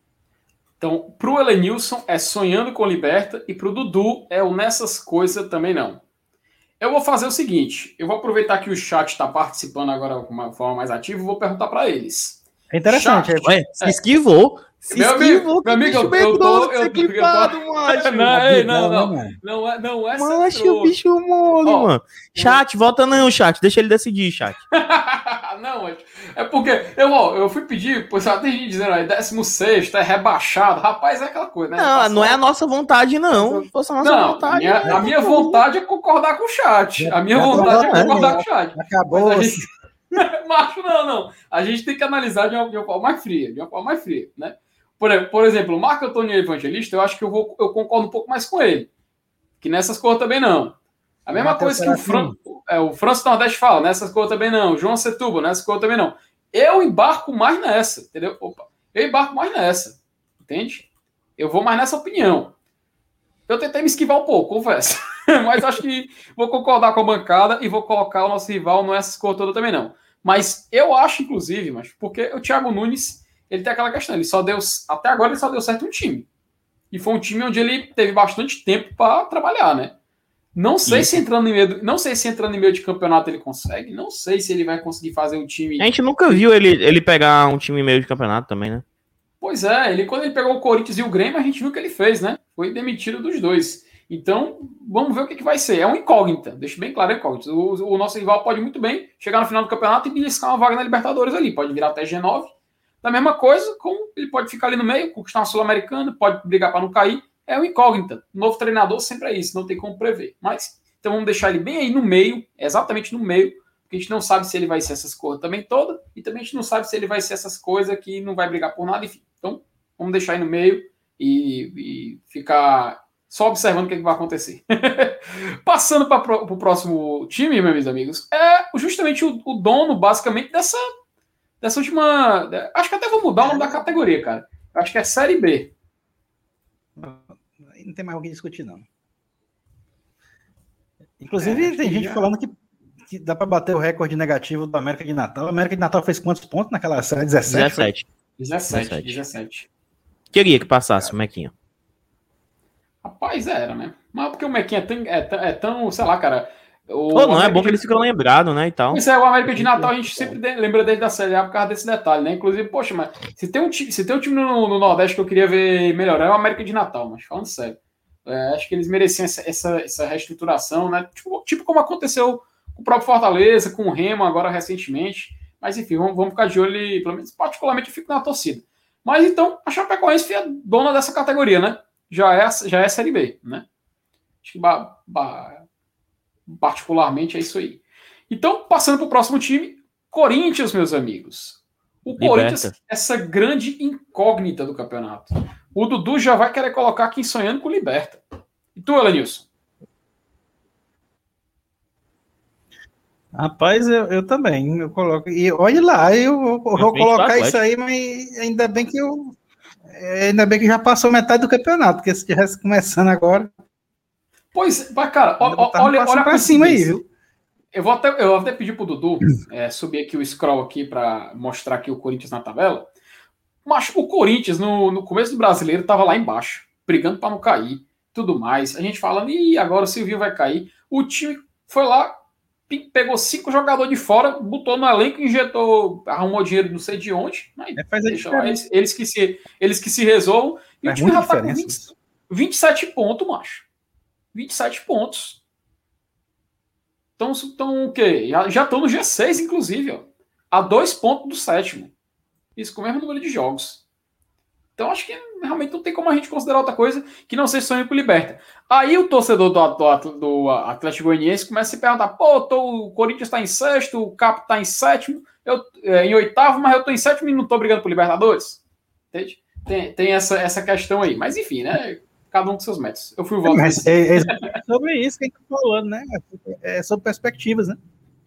Então, pro Elenilson é sonhando com Liberta e pro Dudu é o nessas coisas também não. Eu vou fazer o seguinte, eu vou aproveitar que o chat está participando agora de uma forma mais ativa e vou perguntar para eles. É interessante. Chat, Ué, se esquivou. Se meu esquivou. Amigo, meu amigo, eu, eu tô... Eu, equipado, eu tô... macho. Não, ei, não, não, não. Não é, não é macho, o bicho mole, oh, mano. Chat, volta não, chat. Deixa ele decidir, chat. Não, é porque eu, ó, eu fui pedir, pois tem gente dizendo aí, décimo sexto, é rebaixado. Rapaz, é aquela coisa, né? Não, Passou... não é a nossa vontade, não. Se fosse a nossa não, vontade. A minha, é, a minha vontade é concordar com o chat. A minha acabou, vontade é concordar né? com o chat. Acabou. A gente... Macho, não, não. A gente tem que analisar de uma, de uma forma mais fria, de uma forma mais fria, né? Por, por exemplo, o Marco Antônio Evangelista, eu acho que eu, vou, eu concordo um pouco mais com ele. Que nessas cores também não. A mesma coisa que o, Fran, é, o Franço Nordeste fala, nessas cores também não. João Setúbal, nessas cores também não. Eu embarco mais nessa, entendeu? Opa, eu embarco mais nessa, entende? Eu vou mais nessa opinião. Eu tentei me esquivar um pouco, confesso. Mas acho que vou concordar com a bancada e vou colocar o nosso rival nessas cores todas também não. Mas eu acho, inclusive, mas porque o Thiago Nunes, ele tem aquela questão, ele só deu, até agora ele só deu certo um time. E foi um time onde ele teve bastante tempo para trabalhar, né? Não sei Isso. se entrando em meio, não sei se entrando em meio de campeonato ele consegue, não sei se ele vai conseguir fazer um time. A gente nunca viu ele, ele pegar um time meio de campeonato também, né? Pois é, ele quando ele pegou o Corinthians e o Grêmio, a gente viu o que ele fez, né? Foi demitido dos dois. Então, vamos ver o que, que vai ser. É um incógnita, deixa bem claro, é incógnita. O, o nosso rival pode muito bem chegar no final do campeonato e beliscar uma vaga na Libertadores ali, pode virar até G nove. Da mesma coisa, como ele pode ficar ali no meio, conquistar uma Sul-Americana, pode brigar para não cair. É um incógnita. O novo treinador sempre é isso, não tem como prever. Mas, então vamos deixar ele bem aí no meio, exatamente no meio, porque a gente não sabe se ele vai ser essas coisas também todas, e também a gente não sabe se ele vai ser essas coisas que não vai brigar por nada, enfim. Então, vamos deixar aí no meio e, e ficar só observando o que, é que vai acontecer. Passando para o próximo time, meus amigos, é justamente o, o dono, basicamente, dessa, dessa última... Acho que até vou mudar o nome da categoria, cara. Acho que é Série B. Não tem mais o que discutir, não. Inclusive, É, tem gente já... falando que, que dá para bater o recorde negativo do América de Natal. O América de Natal fez quantos pontos naquela série? dezessete? dezessete. dezessete. Queria que passasse o Mequinha. Rapaz, era, né? Mas porque o Mequinha é tão, é tão, é tão sei lá, cara... O oh, não, América é bom de... que eles ficam lembrados, né, e tal. Isso é, o América de Natal, a gente sempre lembra dele da Série A por causa desse detalhe, né? Inclusive, poxa, mas se tem um time, se tem um time no, no Nordeste que eu queria ver melhorar, é o América de Natal, mas falando sério. É, acho que eles mereciam essa, essa, essa reestruturação, né? Tipo, tipo como aconteceu com o próprio Fortaleza, com o Remo agora recentemente. Mas enfim, vamos, vamos ficar de olho e, pelo menos, particularmente, eu fico na torcida. Mas então, a Chapecoense foi a dona dessa categoria, né? Já é, já é Série B, né? Acho que ba, ba, particularmente é isso aí. Então, passando para o próximo time, Corinthians, meus amigos. O Liberta. Corinthians, essa grande incógnita do campeonato. O Dudu já vai querer colocar aqui sonhando com o Liberta. E tu, Elenilson? Rapaz, eu, eu também. Eu coloco. E olha lá, eu, eu vou colocar isso aí, mas ainda bem que eu. Ainda bem que já passou metade do campeonato, porque se estivesse começando agora. Pois, cara, ó, olha, olha para cima aí, viu? Eu vou até, eu vou até pedir pro Dudu é, subir aqui o scroll aqui para mostrar aqui o Corinthians na tabela. Mas o Corinthians, no, no começo do Brasileiro, estava lá embaixo, brigando para não cair, tudo mais. A gente falando, e agora o Silvinho vai cair. O time foi lá, pegou cinco jogadores de fora, botou no elenco, injetou, arrumou dinheiro não sei de onde. Mas é, faz deixa lá, eles, eles, que se, eles que se resolvam. E faz o time já tá com vinte, vinte e sete pontos, macho. vinte e sete pontos. Então, então o quê? Já estão no G seis, inclusive, ó, a dois pontos do sétimo. Isso com o mesmo número de jogos. Então, acho que realmente não tem como a gente considerar outra coisa que não seja sonho com o Liberta. Aí o torcedor do, do, do Atlético Goianiense começa a se perguntar: pô, tô, o Corinthians está em sexto, o Cap está em sétimo, eu, é, em oitavo, mas eu estou em sétimo e não estou brigando por Libertadores. Entende? Tem, tem essa, essa questão aí. Mas, enfim, né? Cada um com seus métodos. Eu fui o voto. Mas é, é sobre isso que a gente está falando, né? É sobre perspectivas, né?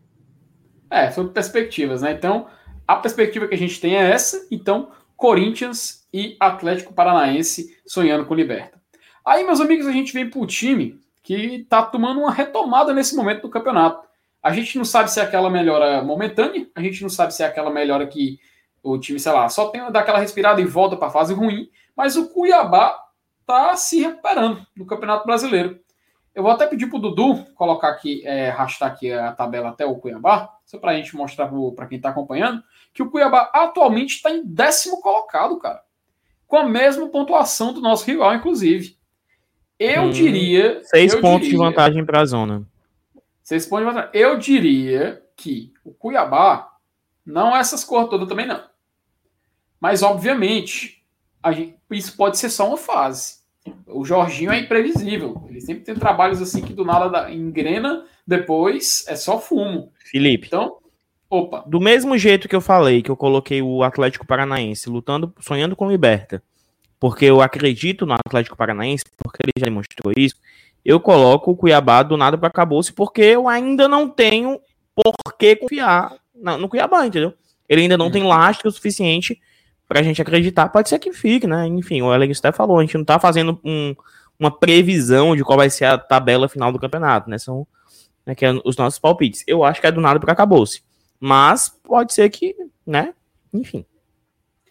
É, sobre perspectivas, né? Então, a perspectiva que a gente tem é essa. Então, Corinthians e Atlético Paranaense sonhando com Liberta. Aí, meus amigos, a gente vem para o time que está tomando uma retomada nesse momento do campeonato. A gente não sabe se é aquela melhora momentânea, a gente não sabe se é aquela melhora que o time, sei lá, só tem daquela respirada e volta para a fase ruim, mas o Cuiabá está se recuperando no Campeonato Brasileiro. Eu vou até pedir para o Dudu colocar aqui, é, arrastar aqui a tabela até o Cuiabá, só para a gente mostrar para quem está acompanhando, que o Cuiabá atualmente está em décimo colocado, cara. Com a mesma pontuação do nosso rival, inclusive. Eu hum, diria... Seis eu pontos diria, de vantagem para a zona. Seis pontos de vantagem. Eu diria que o Cuiabá não é essas cores todas também, não. Mas, obviamente... A gente, isso pode ser só uma fase. O Jorginho é imprevisível. Ele sempre tem trabalhos assim que do nada engrena, depois é só fumo. Felipe. Então, opa. Do mesmo jeito que eu falei, que eu coloquei o Atlético Paranaense lutando, sonhando com o Liberta, porque eu acredito no Atlético Paranaense, porque ele já demonstrou isso, eu coloco o Cuiabá do nada para acabou-se, porque eu ainda não tenho por que confiar no Cuiabá, entendeu? Ele ainda não hum. tem lastro o suficiente pra gente acreditar, pode ser que fique, né? Enfim, o Alex até falou, a gente não tá fazendo um, uma previsão de qual vai ser a tabela final do campeonato, né? São né, que é os nossos palpites. Eu acho que é do nada pra acabou-se. Mas pode ser que, né? Enfim.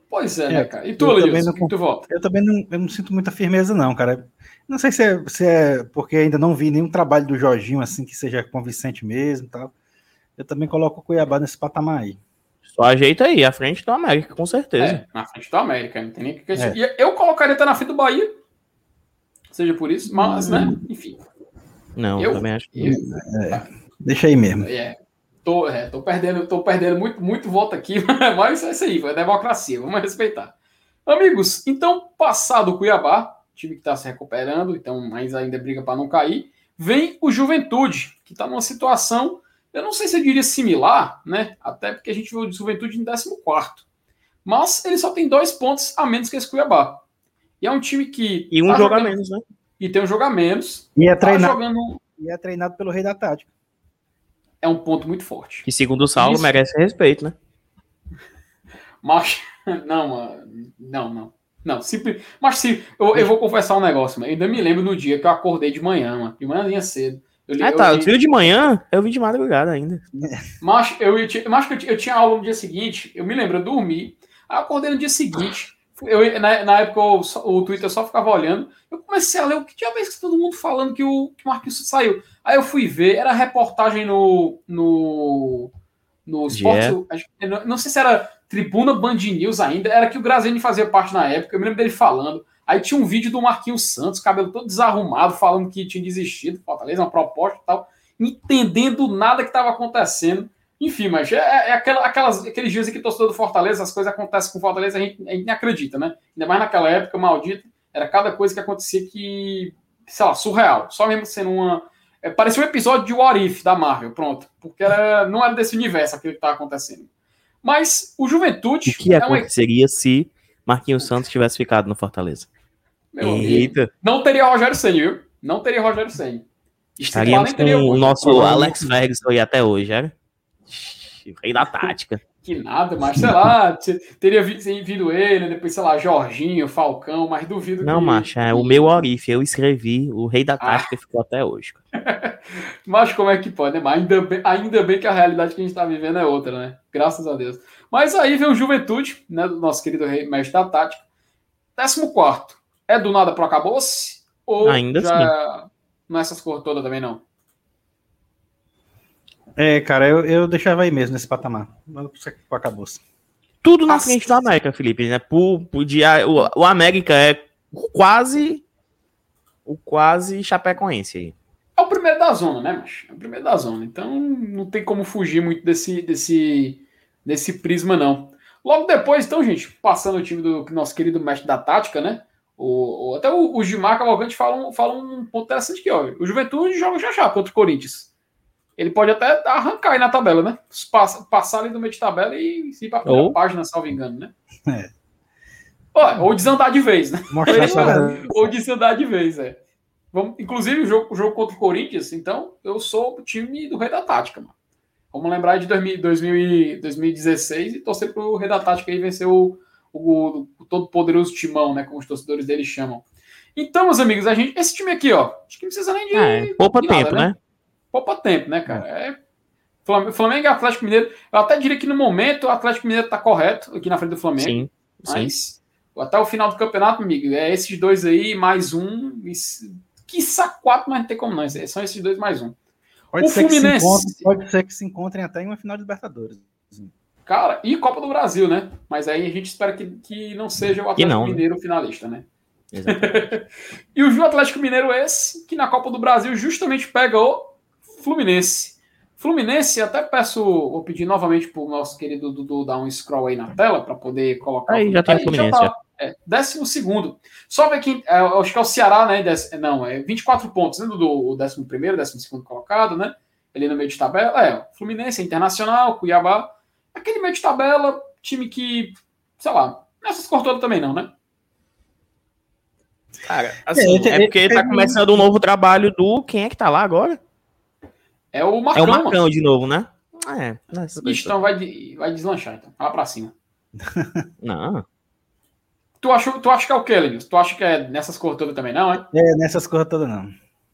Pois é, É, né, cara? E tu, eu também Lidilson, não o que que tu volta? Eu também não, eu não sinto muita firmeza, não, cara. Não sei se é, se é porque ainda não vi nenhum trabalho do Jorginho assim que seja convincente mesmo e tal. Eu também coloco o Cuiabá nesse patamar aí. Só ajeita aí, à frente do América, com certeza. É, na frente do América, não tem nem o que questionar. É. E eu colocaria até na frente do Bahia, seja por isso, mas, né, enfim. Não, Eu, também acho que eu, Deixa aí mesmo. é, tô, é, tô perdendo, tô perdendo muito, muito voto aqui, mas é isso aí, foi democracia, vamos respeitar. Amigos, então, passado o Cuiabá, time que está se recuperando, então, mas ainda briga para não cair, vem o Juventude, que está numa situação, eu não sei se eu diria similar, né? Até porque a gente viu o Juventude em décimo quarto. Mas ele só tem dois pontos a menos que esse Cuiabá. E é um time que. E um tá jogo a jogando, menos, né? E tem um jogo a menos. E é Tá treinado, jogando. e é treinado pelo Rei da Tática. É um ponto muito forte. Que, segundo o Saulo, Isso. merece respeito, né? Mas. Não, mano. Não, não. Não, simples. Mas se. Eu, eu vou confessar um negócio, mano. Eu ainda me lembro no dia que eu acordei de manhã, mano. De manhãzinha cedo. Eu, li- Ah, eu tá. li- Tu viu de manhã? Eu vi de madrugada ainda. Mas eu, eu, tinha- mas eu, tinha- eu tinha aula no dia seguinte, eu me lembro, eu dormi, aí eu acordei no dia seguinte, eu, na, na época eu só- o Twitter só ficava olhando, eu comecei a ler o que tinha vez que todo mundo falando que o, que o Marquinhos saiu. Aí eu fui ver, era reportagem no, no, no Esporte, Yeah. acho que- não, não sei se era Tribuna Band News ainda, era que o Graziani fazia parte na época, eu me lembro dele falando. Aí tinha um vídeo do Marquinhos Santos, cabelo todo desarrumado, falando que tinha desistido, Fortaleza, uma proposta e tal, entendendo nada que estava acontecendo. Enfim, mas é, é aquela, aquelas, aqueles dias em que torcedor do Fortaleza, as coisas acontecem com o Fortaleza, a gente, a gente nem acredita, né? Ainda mais naquela época maldita, era cada coisa que acontecia que, sei lá, surreal. Só mesmo sendo uma. É, parecia um episódio de What If da Marvel, pronto. Porque era, não era desse universo aquilo que estava acontecendo. Mas o Juventude. O que é um, aconteceria se Marquinhos Santos tivesse ficado no Fortaleza? meu amigo, Eita. não teria Rogério Ceni, viu? Não teria Rogério Ceni. Estaríamos com teria o nosso Falando- Alex Ferguson aí até hoje, era? O rei da tática. Que nada, mas sei lá, t- teria vi- vindo ele, depois, sei lá, Jorginho, Falcão, mas duvido Não, que. macho, é o meu Orife. Eu escrevi, o rei da tática Ah. ficou até hoje. Mas como é que pode, né? Mas ainda bem, ainda bem que a realidade que a gente está vivendo é outra, né? Graças a Deus. Mas aí vem o Juventude, né? Do nosso querido rei, mestre da tática. décimo quarto. É do nada pro acabou-se? Ou Ainda já não é essas cores todas também, não? É, cara, eu, eu deixava aí mesmo nesse patamar. Acabou-se. Tudo na Nossa. frente do América, Felipe, né? Por, por dia, o, o América é quase o quase Chapecoense aí. É o primeiro da zona, né, macho? É o primeiro da zona. Então não tem como fugir muito desse, desse, desse prisma, não. Logo depois, então, gente, passando o time do nosso querido mestre da tática, né? O, o- até o, o Gilmar Cavalcante fala um, fala um ponto interessante aqui, ó. O Juventude joga já já contra o Corinthians. Ele pode até arrancar aí na tabela, né? Passa, passar ali no meio de tabela e ir para a primeira Ou- página, salvo engano, né? É. Ó, ou desandar de vez, né? Mostrar sua... Ou desandar de vez, é. Vamos, inclusive, o jogo, o jogo contra o Corinthians, então, eu sou o time do Rei da Tática, mano. Vamos lembrar de dois mil, dois mil e dois mil e dezesseis e torcer pro Rei da Tática aí vencer o, o, o todo-poderoso Timão, né? Como os torcedores dele chamam. Então, meus amigos, a gente, esse time aqui, ó, acho que não precisa nem de. É, poupa de nada, tempo, né? Poupa tempo, né, cara? É. Flam- Flamengo e Atlético Mineiro. Eu até diria que no momento o Atlético Mineiro tá correto aqui na frente do Flamengo. Sim, sim. Mas até o final do campeonato, amigo, é esses dois aí, mais um. E, quiçá quatro, mas não tem como não. São esses dois mais um. Pode O ser que se Fluminense. encontrem- pode ser que se encontrem até em uma final de Libertadores. Cara, e Copa do Brasil, né? Mas aí a gente espera que, que não seja o Atlético não, né? Mineiro finalista, né? Exatamente. E o Atlético Mineiro esse, que na Copa do Brasil justamente pega o Fluminense. Fluminense, até peço, vou pedir novamente pro nosso querido Dudu dar um scroll aí na tela para poder colocar. Aí já tem Fluminense, tá, é, décimo segundo. Só ver quem. É, acho que é o Ceará, né? Dez, não, é vinte e quatro pontos, né? Do, o décimo primeiro, décimo segundo colocado, né? Ali no meio de tabela. É, Fluminense, Internacional, Cuiabá. Aquele meio de tabela, time que, sei lá, nessas cortadas também não, né? Cara, assim, É, é porque tá começando um novo trabalho do... Quem é que tá lá agora? É o É Marcão. o Marcão mano. de novo, né? É, nessa Ixi, então vai, de- vai deslanchar, então. Vai lá pra cima. Não. Tu acha, tu acha que é o quê, Lenils? Tu acha que é nessas cores todas também, não, é? É, nessas coisas todas não.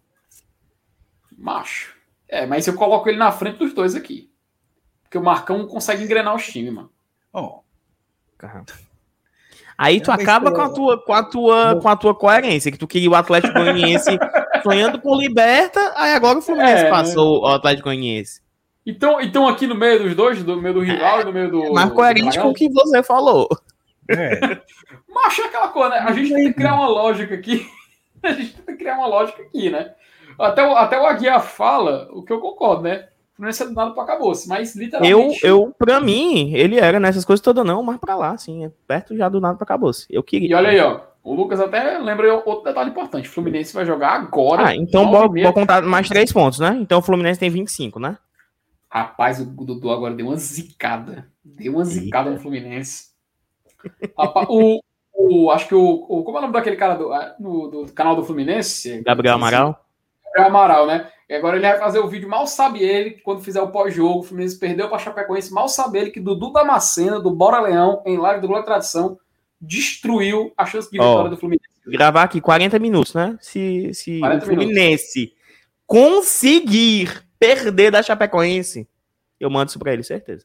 Macho. É, mas eu coloco ele na frente dos dois aqui. Porque o Marcão consegue engrenar os times, mano. Ó, Caramba. Aí tu acaba com a tua, com a tua, com a tua coerência, que tu queria o Atlético Goianiense sonhando com o Liberta, aí agora o Fluminense é, passou né? o Atlético Goianiense. Então, então aqui no meio dos dois, no meio do rival é, e no meio do... Mais coerente com o que você falou. É. Mas é aquela coisa, né? A gente tem que criar uma lógica aqui. A gente tem que criar uma lógica aqui, né? Até o, até o Aguiar fala, o que eu concordo, né? Não é do nada para acabou-se, mas literalmente... Eu, eu, pra mim, ele era nessas coisas todas não, mas pra lá, assim, é perto já do nada para acabou-se. Eu queria. E olha aí, ó, o Lucas até lembra outro detalhe importante, o Fluminense vai jogar agora... Ah, então vou contar mais três pontos, né? Então o Fluminense tem vinte e cinco, né? Rapaz, o Dudu agora deu uma zicada, deu uma zicada no Fluminense. Rapaz, o, o, acho que o, o... Como é o nome daquele cara do, no, do canal do Fluminense? Gabriel Amaral. Gabriel Amaral, né? E agora ele vai fazer o vídeo, mal sabe ele, que quando fizer o pós-jogo, o Fluminense perdeu para Chapecoense, mal sabe ele que Dudu Damasceno, do Bora Leão, em live do Glória Tradição, destruiu a chance de vitória oh, do Fluminense. Gravar aqui quarenta minutos, né? Se, se o Fluminense minutos. conseguir perder da Chapecoense, eu mando isso pra ele, certeza.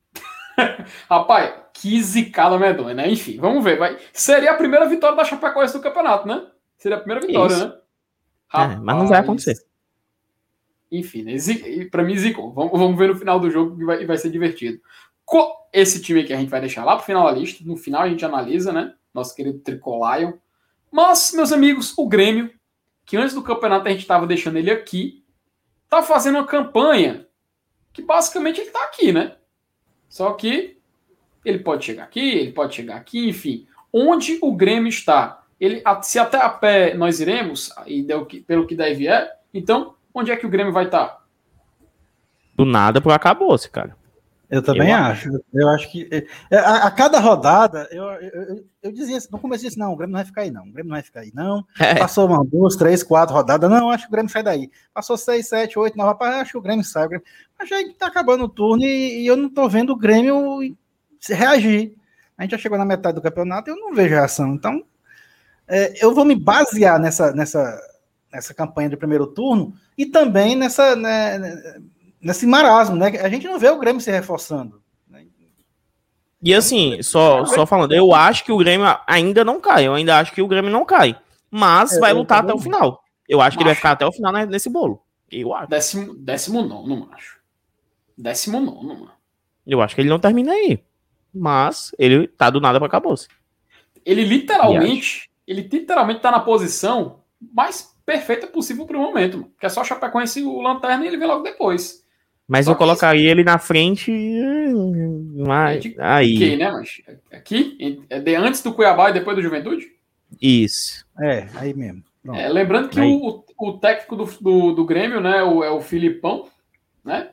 Rapaz, que zicada medonha, né? Enfim, vamos ver. Vai. Seria a primeira vitória da Chapecoense do campeonato, né? Seria a primeira vitória, isso. né? Rapaz, é, mas não vai acontecer. Enfim, né? Pra mim, zicou. Vamos, vamos ver no final do jogo que vai, vai ser divertido. Esse time aqui a gente vai deixar lá pro final da lista. No final a gente analisa, né? Nosso querido Tricolion. Mas, meus amigos, o Grêmio, que antes do campeonato a gente estava deixando ele aqui, tá fazendo uma campanha que basicamente ele tá aqui, né? Só que ele pode chegar aqui, ele pode chegar aqui, enfim. Onde o Grêmio está? Ele, se até a pé nós iremos, e deu que, pelo que deve é, então, onde é que o Grêmio vai estar? Do nada pro acabou-se, cara. Eu também eu acho. acho. Eu acho que a, a cada rodada, eu, eu, eu, eu dizia assim, no começo disse, não, o Grêmio não vai ficar aí, não. O Grêmio não vai ficar aí, não. É. Passou uma, duas, três, quatro rodadas, não, acho que o Grêmio sai daí. Passou seis, sete, oito, nove, acho que o Grêmio sai. O Grêmio... Mas já tá acabando o turno e, e eu não tô vendo o Grêmio reagir. A gente já chegou na metade do campeonato e eu não vejo reação. Então, é, eu vou me basear nessa, nessa, nessa campanha de primeiro turno e também nessa... Né, nesse marasmo, né? A gente não vê o Grêmio se reforçando. Né? E assim, só, só falando, eu acho que o Grêmio ainda não cai, eu ainda acho que o Grêmio não cai, mas é, vai lutar até o final. Eu acho que ele vai ficar até o final nesse bolo. Eu acho. Décimo, décimo nono, acho. Décimo nono, mano. Eu acho que ele não termina aí, mas ele tá do nada pra acabou-se. Ele literalmente, ele literalmente tá na posição mais perfeita possível pro momento, mano. Que é só Chapecoense o Lanterna e ele vem logo depois. Mas Só eu colocaria isso... ele na frente. Mas... É de... Aí. Que, né, mas aqui? É de antes do Cuiabá e depois do Juventude? Isso. É, aí mesmo. É, lembrando que o, o técnico do, do, do Grêmio, né, o, é o Filipão, né?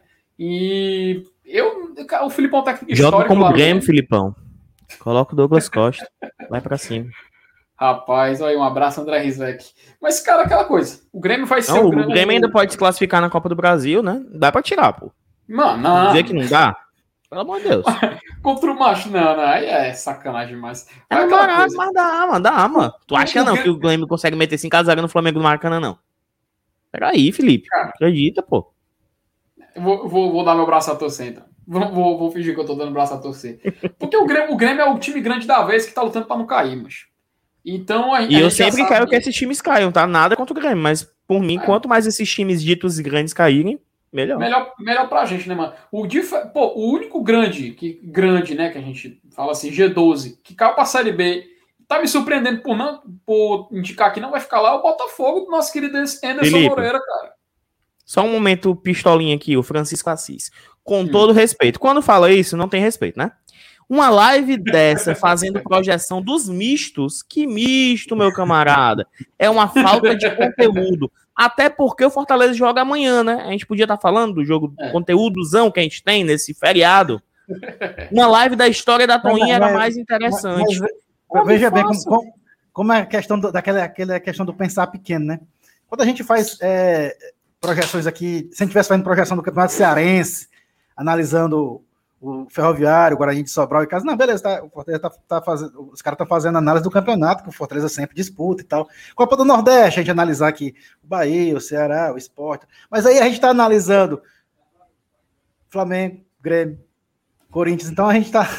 E eu. O Filipão é um técnico histórico. Joga como Grêmio, Filipão. Coloca o Douglas Costa. Vai pra cima. Rapaz, olha aí, um abraço, André Rizek. Mas, cara, aquela coisa. O Grêmio vai ser não, o O Grêmio... Grêmio ainda pode se classificar na Copa do Brasil, né? Dá pra tirar, pô. Mano, não. Dizer que não dá? Pelo amor de Deus. Contra o macho, não, não. Aí é sacanagem demais. É, é barato, mas dá, mano, dá, mano. Tu acha o não Grêmio... que o Grêmio consegue meter cinco a zero no Flamengo do Maracanã, não? Peraí, Felipe. Cara, acredita, pô. Eu vou, vou, vou dar meu braço a torcer, então. Vou, vou, vou fingir que eu tô dando braço a torcer. Porque o Grêmio, o Grêmio é o time grande da vez que tá lutando pra não cair, mas... Então, a, e a eu sempre quero que... que esses times caiam, tá? Nada contra o Grêmio, mas por mim, é. quanto mais esses times ditos grandes caírem, melhor. Melhor, melhor pra gente, né, mano? O, dif... Pô, o único grande, que, grande, né, que a gente fala assim, G doze, que caiu pra Série B, tá me surpreendendo por, não, por indicar que não vai ficar lá, é o Botafogo do nosso querido Anderson Felipe, Moreira, cara. Só um momento pistolinha aqui, o Francisco Assis. Com hum. todo respeito. Quando fala isso, não tem respeito, né? Uma live dessa fazendo projeção dos mistos, que misto, meu camarada. É uma falta de conteúdo. Até porque o Fortaleza joga amanhã, né? A gente podia estar falando do jogo, é. conteúdozão que a gente tem nesse feriado. Uma live da história da Toinha era mais interessante. Mas, mas, veja bem como, como, como é a questão do, daquela aquela questão do pensar pequeno, né? Quando a gente faz é, projeções aqui, se a gente estivesse fazendo projeção do Campeonato Cearense, analisando o Ferroviário, o Guarani de Sobral e casa, não, beleza, tá, o Fortaleza tá, tá fazendo, os caras estão fazendo análise do campeonato, que o Fortaleza sempre disputa e tal. Copa do Nordeste, a gente analisar aqui o Bahia, o Ceará, o Sport, mas aí a gente está analisando Flamengo, Grêmio, Corinthians, então a gente está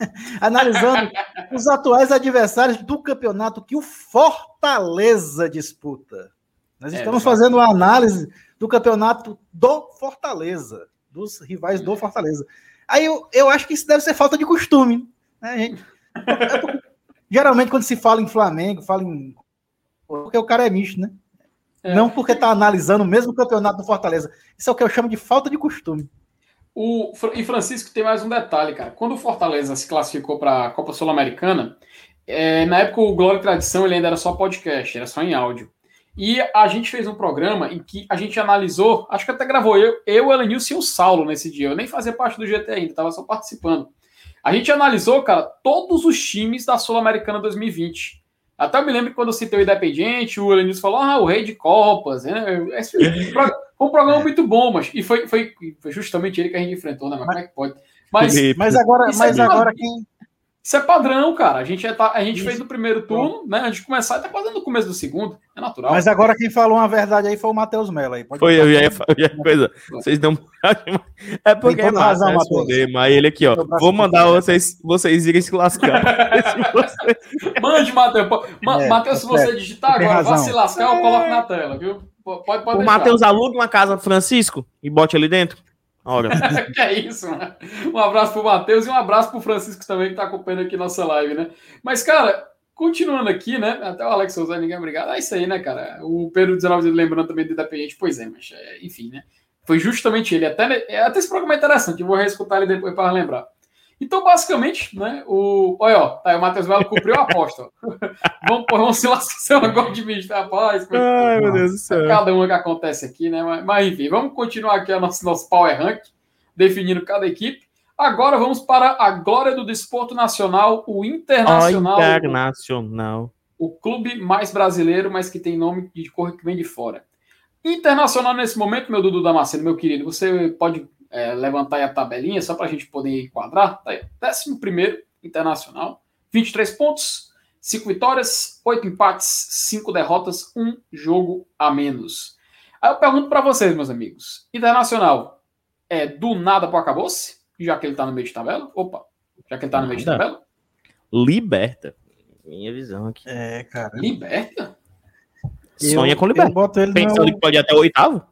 Analisando os atuais adversários do campeonato que o Fortaleza disputa. Nós estamos é, fazendo uma análise do campeonato do Fortaleza, dos rivais do Fortaleza. Aí eu, eu acho que isso deve ser falta de costume, né, gente? É porque, geralmente, quando se fala em Flamengo, fala em... porque o cara é misto, né? É. Não porque está analisando o mesmo campeonato do Fortaleza. Isso é o que eu chamo de falta de costume. O, e Francisco, tem mais um detalhe, cara. Quando o Fortaleza se classificou para a Copa Sul-Americana, é, na época o Glória e Tradição ele ainda era só podcast, era só em áudio. E a gente fez um programa em que a gente analisou, acho que até gravou eu, eu, o Elenilson e o Saulo nesse dia. Eu nem fazia parte do G T ainda, estava só participando. A gente analisou, cara, todos os times da Sul-Americana dois mil e vinte. Até eu me lembro que quando eu citei o Independiente, o Elenilson falou, ah, o rei de Copas, né? Esse foi um programa muito bom, mas e foi, foi, foi justamente ele que a gente enfrentou, né? Mas como é que pode? Mas, mas agora, mas é agora quem... Isso é padrão, cara. A gente, é, a gente fez no primeiro turno, né? Antes de começar, e tá quase no começo do segundo. É natural. Mas agora quem falou uma verdade aí foi o Matheus Mello aí. Pode foi, eu ia falar coisa. Vocês não. É porque é massa responder, mas ele aqui, ó. Vou mandar vocês, vocês irem se lascar. vocês... Mande, Matheus. É, Matheus, se você é, digitar agora, razão. Vá se lascar, é. eu coloco na tela, viu? Pode, pode o Matheus aluga uma casa Francisco e bote ali dentro. Que é isso, né? Um abraço pro Matheus e um abraço pro Francisco também, que tá acompanhando aqui nossa live, né? Mas, cara, continuando aqui, né? Até o Alex Souza, ninguém obrigado. É isso aí, né, cara? O Pedro dezenove lembrando também do Independente, pois é, mas é, enfim, né? Foi justamente ele. Até, até esse programa é interessante, eu vou reescutar ele depois para lembrar. Então, basicamente, né? O, olha, ó, tá, o Matheus Melo cumpriu a aposta. vamos, vamos se lascar agora de bicho, rapaz. Ai, meu Deus do céu. Cada uma que acontece aqui, né? Mas, mas enfim, vamos continuar aqui o nosso, nosso Power Rank, definindo cada equipe. Agora vamos para a glória do desporto nacional, o Internacional. Oh, Internacional. O, o clube mais brasileiro, mas que tem nome de cor que vem de fora. Internacional, nesse momento, meu Dudu Damasceno, meu querido, você pode é, levantar aí a tabelinha só para a gente poder enquadrar. Tá aí, décimo primeiro, Internacional, vinte e três pontos, cinco vitórias, oito empates, cinco derrotas, um jogo a menos. Aí eu pergunto para vocês, meus amigos, Internacional é do nada para acabou-se? Já que ele tá no meio de tabela? Opa, já que ele tá no meio de tabela? Liberta. Minha visão aqui. É, cara. Liberta? Sonha eu, com Liberta. Pensando no... que pode ir até o oitavo?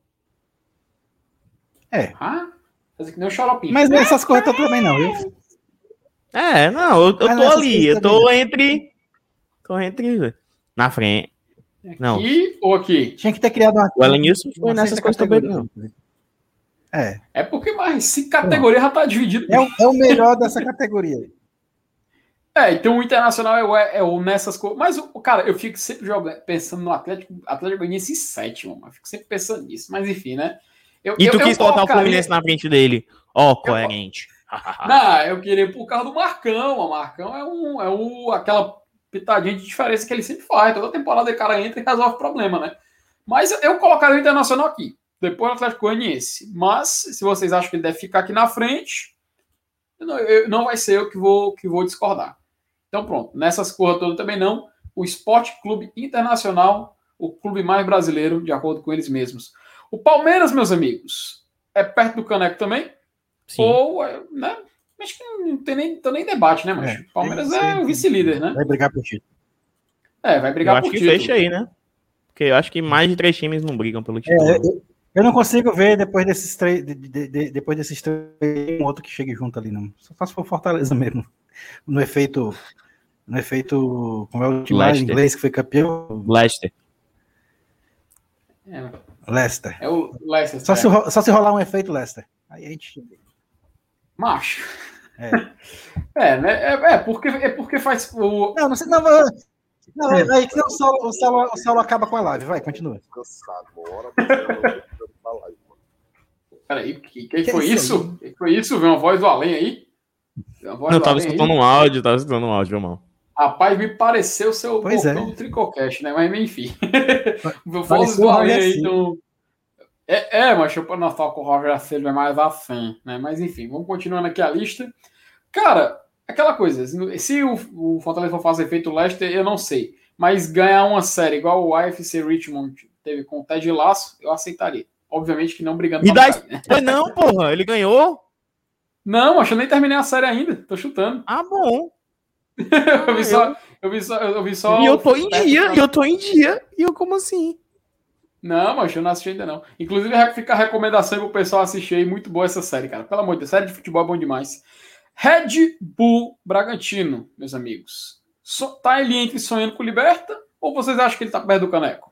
É. Ah, fazer que nem o xaropinho. Mas nessas coisas eu também não, viu? É, não, eu, eu tô ali. Eu tô entre... Tô entre... Na frente. Aqui não. ou aqui? Tinha que ter criado uma... O Elenilson foi nessas coisas também, não. É. É porque, mas se categoria já tá dividido. É o, é o melhor dessa categoria. É, então o Internacional é o, é o nessas coisas. Mas, o cara, eu fico sempre jogando, pensando no Atlético, Atlético Goianiense em sétimo, eu fico sempre pensando nisso. Mas enfim, né? Eu, e tu eu, quis eu botar o Fluminense na frente dele. Ó, oh, coerente. Eu, não, eu queria ir por causa do Marcão. O Marcão é, um, é um, aquela pitadinha de diferença que ele sempre faz. Toda temporada o cara entra e resolve o problema, né? Mas eu colocaria o Internacional aqui. Depois o Atlético Goianiense. Mas, se vocês acham que ele deve ficar aqui na frente, não, eu, não vai ser eu que vou, que vou discordar. Então, pronto. Nessas coisas todas também não. O Esporte Clube Internacional, o clube mais brasileiro, de acordo com eles mesmos. O Palmeiras, meus amigos, é perto do Caneco também? Sim. Ou, né? Acho que não tem nem, tem nem debate, né, mas é, o Palmeiras sim, é o vice-líder, né? Vai brigar por título. É, vai brigar eu por acho título. Que fecha aí, né? Porque eu acho que mais de três times não brigam pelo título. É, eu, eu não consigo ver depois desses três, de, de, de, depois desses três, um outro que chegue junto ali, não. Só faço por Fortaleza mesmo. No efeito, no efeito, como é o time em inglês que foi campeão? Leicester. É. Leicester. É o Leicester. Só, é. se, só se rolar um efeito Leicester. Aí a gente... Macho. É, é, né? É, é, porque, é porque faz o... Não, não sei, não... Não, é. Aí que o Saulo, o, Saulo, o Saulo acaba com a live. Vai, continua. Peraí, que, que, que foi isso? Que foi isso? Veio uma voz do além aí? Não, tava escutando aí. um áudio, tava escutando um áudio, irmão. Rapaz, me pareceu o seu pois bocão é. do Tricocast, né? Mas enfim. Voz do além aí, então... É, é, mas eu não falo com o Roger Acedo é mais assim, né? Mas enfim, vamos continuando aqui a lista. Cara, aquela coisa, se o, o Fortaleza for fazer feito o Leicester, eu não sei. Mas ganhar uma série igual o A F C Richmond teve com o Ted Lasso, eu aceitaria. Obviamente que não brigando e pra cair, né? Foi não, porra, ele ganhou. Não, acho que eu nem terminei a série ainda. Tô chutando. Ah, bom. eu, vi só, eu vi só. Eu vi só. E eu tô em dia, e eu tô em dia. E eu, como assim? Não, mas eu não assisti ainda não. Inclusive, fica a recomendação pro pessoal assistir aí. Muito boa essa série, cara. Pelo amor de Deus, série de futebol é bom demais. Red Bull Bragantino, meus amigos. So, tá ele entre sonhando com o Liberta? Ou vocês acham que ele tá perto do caneco?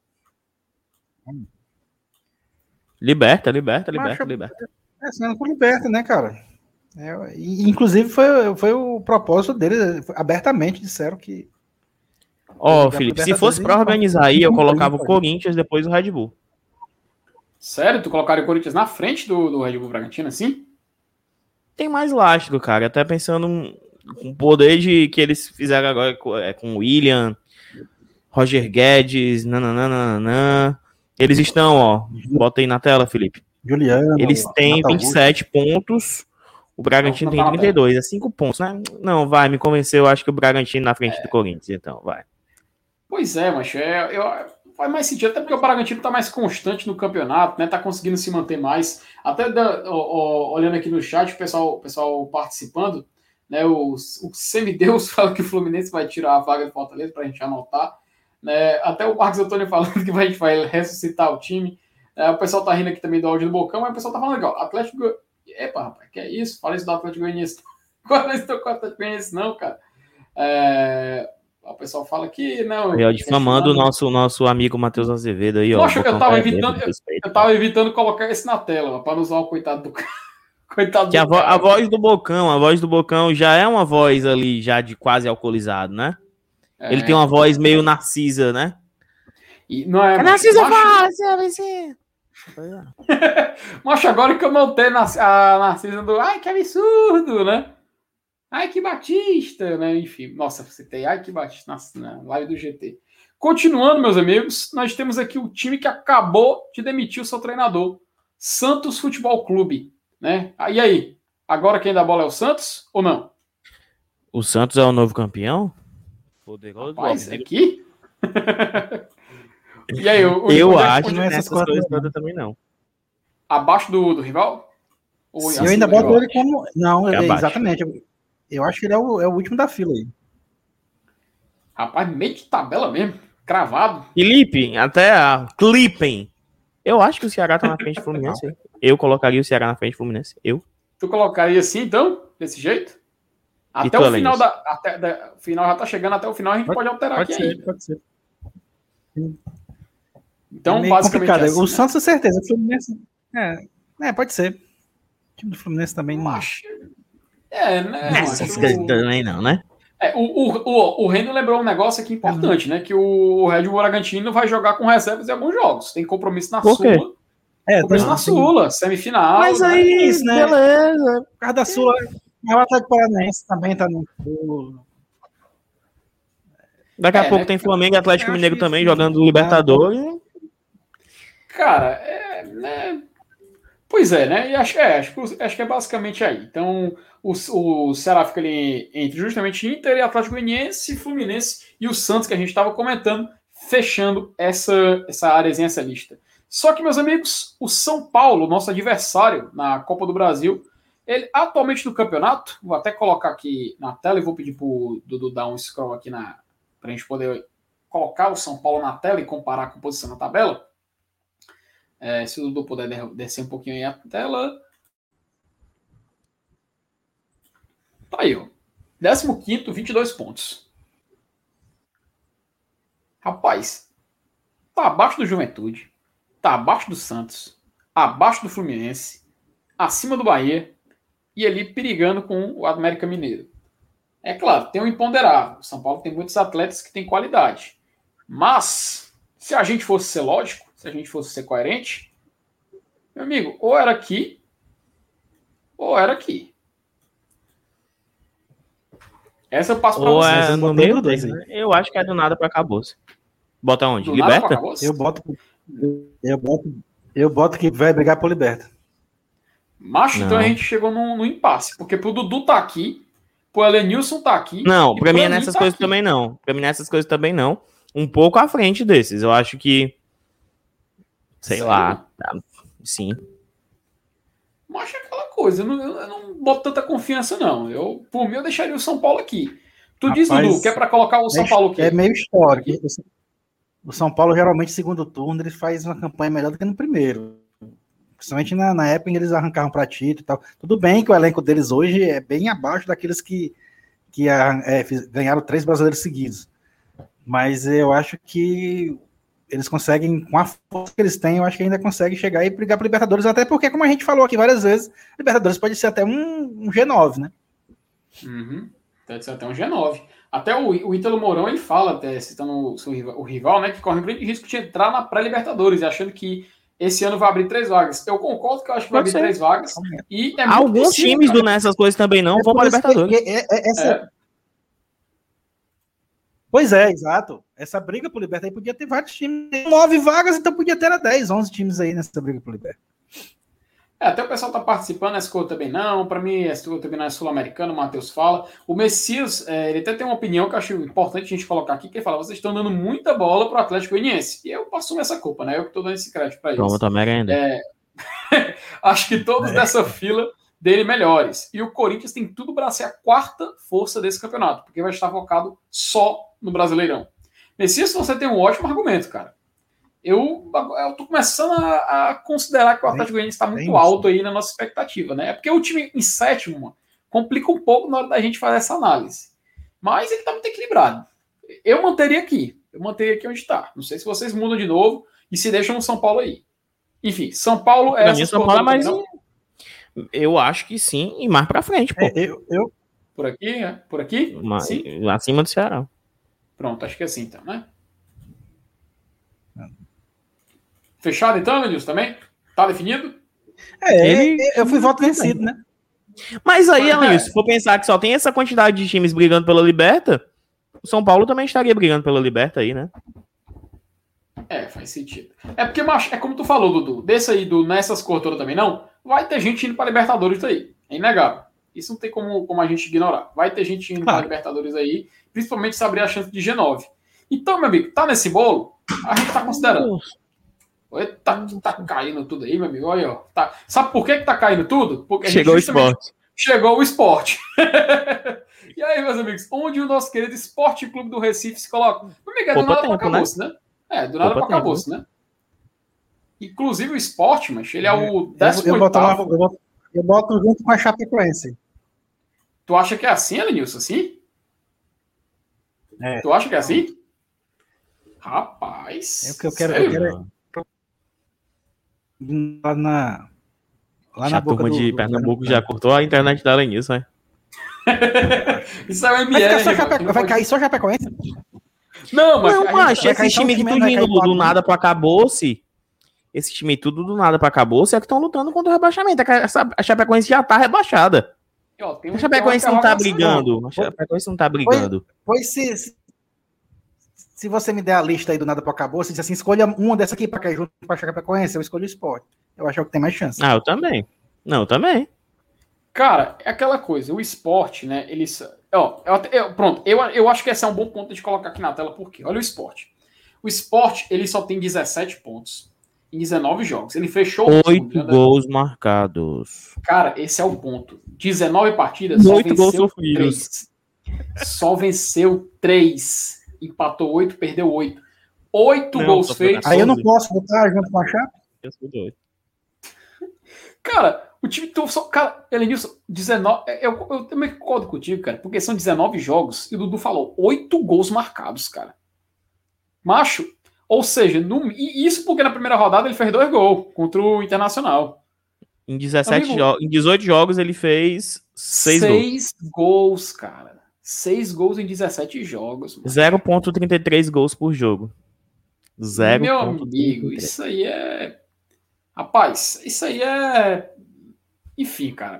Liberta, liberta, liberta, acho, liberta. É sonhando com o Liberta, né, cara? É, e, inclusive, foi, foi o propósito dele. Abertamente disseram que. Ó, oh, Felipe, se fosse pra organizar aí, eu colocava o Corinthians depois o Red Bull. Sério? Tu colocaria o Corinthians na frente do, do Red Bull Bragantino, assim? Tem mais lastro, cara. Até pensando com o poder de que eles fizeram agora com o William, Roger Guedes, nananana. Eles estão, ó. Bota aí na tela, Felipe. Juliano. Eles têm vinte e sete pontos. O Bragantino tem trinta e dois. É cinco pontos, né? Não, vai, me convenceu. Eu acho que o Bragantino na frente é. do Corinthians, então, vai. Pois é, mas é, eu, faz mais sentido, até porque o Bragantino tá mais constante no campeonato, né? Tá conseguindo se manter mais. Até da, ó, ó, olhando aqui no chat, o pessoal, o pessoal participando, né? O, o Semideus fala que o Fluminense vai tirar a vaga do Fortaleza pra gente anotar. Né? Até o Marcos Antônio falando que a gente vai ressuscitar o time. É, o pessoal tá rindo aqui também do áudio do Bocão, mas o pessoal tá falando aqui, ó, Atlético... Epa, rapaz, que é isso? Fala isso do Atlético Goianiense. Agora não estou com o Atlético Goianiense, não, cara. É... O pessoal fala que não. Eu difamando o nosso, nosso amigo Matheus Azevedo aí, ó. Poxa, eu tava, evitando, eu, eu tava evitando colocar esse na tela, para não usar o coitado do cara. Coitado que do a, vo, cara. a voz do Bocão, a voz do Bocão já é uma voz ali, já de quase alcoolizado, né? É. Ele tem uma voz meio Narcisa, né? E não é. Narcisa fácil, vai ser. Mas agora que eu notei a Narcisa do. Ai, que absurdo, né? Ai, que Batista, né? Enfim, nossa, você tem ai, que Batista na, na live do G T. Continuando, meus amigos, nós temos aqui o time que acabou de demitir o seu treinador, Santos Futebol Clube, né? E aí, agora quem dá bola é o Santos ou não? O Santos é o novo campeão? Poderoso. Rapaz, aqui? E aí, o, eu o, acho que não é essas coisas todas também não. Abaixo do, do rival? Ou eu ainda boto ele como... Não, é exatamente. Eu acho que ele é o, é o último da fila aí. Rapaz, meio de tabela mesmo. Cravado. Felipe, até a Clipping. Eu acho que o Ceará tá na frente do Fluminense. Eu colocaria o Ceará na frente do Fluminense. Eu. Tu colocaria assim, então? Desse jeito? Até o final da, até, da... O final já tá chegando, até o final a gente pode, pode alterar pode aqui ser, ainda. Pode ser. Então, é basicamente assim, o né? Santos, com certeza. O Fluminense... É, é, pode ser. O time do Fluminense também não... Macho. É, né? Essas coisas o... também não, né? É, o, o, o, o Reno lembrou um negócio aqui importante, uhum. né? Que o Red Bull Bragantino vai jogar com reservas em alguns jogos. Tem compromisso na Sula. É, compromisso na Sula, semifinal. Mas né? aí, é isso, né? Beleza. Por causa da Sula, o Atlético Paranaense também tá no... Daqui a é, pouco né? tem Flamengo e Atlético Mineiro também que... jogando Libertadores. Cara, é... Né? Pois é, né? E acho, é, acho, acho que é basicamente aí. Então, o, o Ceará fica ali entre justamente Inter e Atlético Goianiense, Fluminense e o Santos, que a gente estava comentando, fechando essa, essa áreazinha, essa lista. Só que, meus amigos, o São Paulo, nosso adversário na Copa do Brasil, ele atualmente no campeonato, vou até colocar aqui na tela e vou pedir para o Dudu dar um scroll aqui para a gente poder colocar o São Paulo na tela e comparar com a posição na tabela. É, se o Dudu puder descer um pouquinho aí a tela. Tá aí, ó. décimo quinto, vinte e dois pontos. Rapaz, tá abaixo do Juventude, tá abaixo do Santos, abaixo do Fluminense, acima do Bahia e ali perigando com o América Mineiro. É claro, tem um imponderável. O São Paulo tem muitos atletas que têm qualidade. Mas, se a gente fosse ser lógico, se a gente fosse ser coerente, meu amigo, ou era aqui, ou era aqui. Essa eu passo pra ou vocês. É no meio dois, né? Eu acho que é do nada pra acabou-se. Bota onde? Do Liberta? Eu boto, eu boto, eu boto que vai brigar por Liberta. Macho, não. Então a gente chegou num, num impasse, porque pro Dudu tá aqui, pro Elenilson tá aqui. Não, pra mim é nessas tá coisas aqui. Também não. Pra mim nessas coisas também não. Um pouco à frente desses. Eu acho que, sei Sério? lá, tá, sim. Macho é aquela coisa, eu não, eu não boto tanta confiança, não. Eu, por mim, eu deixaria o São Paulo aqui. Tu Rapaz, diz, Dudu, que é para colocar o São é, Paulo aqui? É meio histórico. O São Paulo, geralmente, segundo turno, ele faz uma campanha melhor do que no primeiro. Principalmente na, na época em que eles arrancaram para título e tal. Tudo bem que o elenco deles hoje é bem abaixo daqueles que, que é, ganharam três brasileiros seguidos. Mas eu acho que eles conseguem, com a força que eles têm, eu acho que ainda conseguem chegar e brigar para Libertadores, até porque, como a gente falou aqui várias vezes, Libertadores pode ser até um, um G nove, né? Uhum. Pode ser até um G nove. Até o, o Ítalo Mourão, ele fala, até citando o, o rival, né, que corre um grande risco de entrar na pré-Libertadores, achando que esse ano vai abrir três vagas. Eu concordo que eu acho que vai Pode abrir ser. três vagas. E é alguns possível, times cara. do Nessas Coisas também não É vão para Libertadores. Que, é, é, essa... É. Pois é, exato. Essa briga por Libertadores podia ter vários times. Tem nove vagas, então podia ter dez, onze times aí nessa briga por Libertadores. É, até o pessoal tá participando, essa coisa também não. Para mim, essa coisa também não é sul-americano, o Matheus fala. O Messias, é, ele até tem uma opinião que eu acho importante a gente colocar aqui, que ele fala, vocês estão dando muita bola pro Atlético Goianiense. E eu assumo essa culpa, né? Eu que tô dando esse crédito para eles. Toma tua merenda. É... acho que todos é. dessa fila dele melhores. E o Corinthians tem tudo para ser a quarta força desse campeonato, porque vai estar focado só no Brasileirão. Messias, você tem um ótimo argumento, cara. Eu, eu tô começando a, a considerar que o Atlético Goianiense está muito alto aí na nossa expectativa, né? É porque o time em sétimo complica um pouco na hora da gente fazer essa análise. Mas ele tá muito equilibrado. Eu manteria aqui. Eu manteria aqui onde está. Não sei se vocês mudam de novo e se deixam no São Paulo aí. Enfim, São Paulo é... Essa São Paulo é mais... Não? Eu acho que sim, e mais pra frente, pô. É, eu, eu... Por aqui, né? Por aqui? Mas, acima do Ceará. Pronto, acho que é assim então, né? Fechado então, Lenilson, também? Tá definido? É, ele... eu fui voto vencido, né? Mas aí, Lenilson, se for pensar que só tem essa quantidade de times brigando pela Liberta, o São Paulo também estaria brigando pela Liberta aí, né? É, faz sentido. É porque, macho, é como tu falou, Dudu, desse aí, do nessas cortoras também não, vai ter gente indo pra Libertadores aí. É inegável. Isso não tem como, como a gente ignorar. Vai ter gente indo claro. pra Libertadores aí, principalmente se abrir a chance de G nove. Então, meu amigo, tá nesse bolo, a gente tá considerando. Tá, tá caindo tudo aí, meu amigo. Olha, ó. Tá. Sabe por que, que tá caindo tudo? Porque chegou o esporte. Chegou o esporte. E aí, meus amigos, onde o nosso querido Esporte Clube do Recife se coloca? Meu amigo, é do nada pra acabou-se, né? É, do nada pra acabou-se, né? Inclusive o esporte, mas ele é o décimo oitavo. Eu, eu, eu, eu boto junto com a Chapecoense. Tu acha que é assim, Elenilson? Assim? É. Tu acha que é assim? Rapaz. É o que eu quero. Eu quero... Lá na. Lá já na boca turma do, de do Pernambuco do... já cortou a internet da Lenilson, né? Isso é o M Vai, R. só Chape... vai cair só Chapecoense? Não, mas. Não, macho, esse time que tu indo do, do nada pra acabou-se. Esse time tudo do nada pra acabou-se é que estão lutando contra o rebaixamento. A Chapecoense já tá rebaixada. Ó, tem um a Chapecoense não tá brigando. Não. A Chapecoense não tá brigando. Pois, pois se, se, se você me der a lista aí do nada pra acabou, você diz assim, escolha uma dessa aqui pra cair junto com a Chapecoense, eu escolho o Sport. Eu acho que tem mais chance. Ah, eu também. Não, eu também. Cara, é aquela coisa, o esporte, né, eles... Ó, eu, eu, pronto, eu, eu acho que esse é um bom ponto de colocar aqui na tela, porque olha o esporte. O esporte, ele só tem dezessete pontos em dezenove jogos. Ele fechou... Oito gols marcados. Cara, esse é o ponto. dezenove partidas, só Oito venceu três. Só venceu três. Empatou oito, perdeu oito. Oito não, gols feitos. Aí eu não posso botar junto com a Chape? Eu sou doido. Cara, o time... Só, cara, Elenilson, dezenove... Eu, eu também concordo contigo, cara, porque são dezenove jogos e o Dudu falou, oito gols marcados, cara. Macho, ou seja, no, e isso porque na primeira rodada ele fez dois gols contra o Internacional. Em, dezessete jo- em dezoito jogos ele fez seis, seis gols. gols, cara. seis gols em dezessete jogos. zero vírgula trinta e três gols por jogo. zero Meu amigo, isso aí é... Rapaz, isso aí é... Enfim, cara.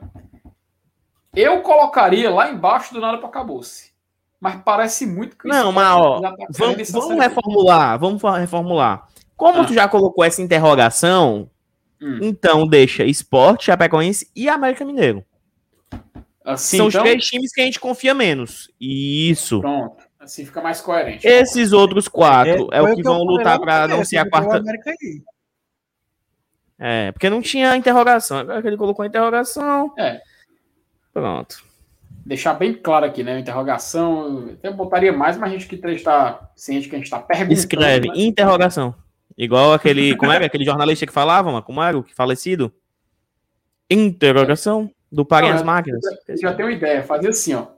Eu colocaria lá embaixo do nada para acabou-se. Mas parece muito que... Não, mas ó, tá vamos, vamos reformular, vamos reformular. Como ah. tu já colocou essa interrogação, hum. então deixa Sport, Chapecoense e América Mineiro. Assim, São então... os três times que a gente confia menos. Isso. Pronto. Assim fica mais coerente. Esses outros quatro é, é o que, que vão lutar para não ser a quarta... É, porque não tinha interrogação. Agora que ele colocou a interrogação. É. Pronto. Deixar bem claro aqui, né? Interrogação. Eu até botaria mais, mas a gente que está ciente que a gente está perguntando. Escreve, né? Interrogação. Igual aquele. Como era aquele jornalista que falava, mano? Como era o que falecido? Interrogação. Do Parem as Máquinas. Eu já tenho uma ideia. Fazer assim, ó.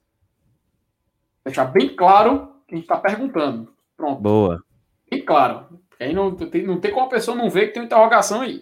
Deixar bem claro que a gente está perguntando. Pronto. Boa. Bem claro. Porque aí não tem, não tem como a pessoa não ver que tem uma interrogação aí.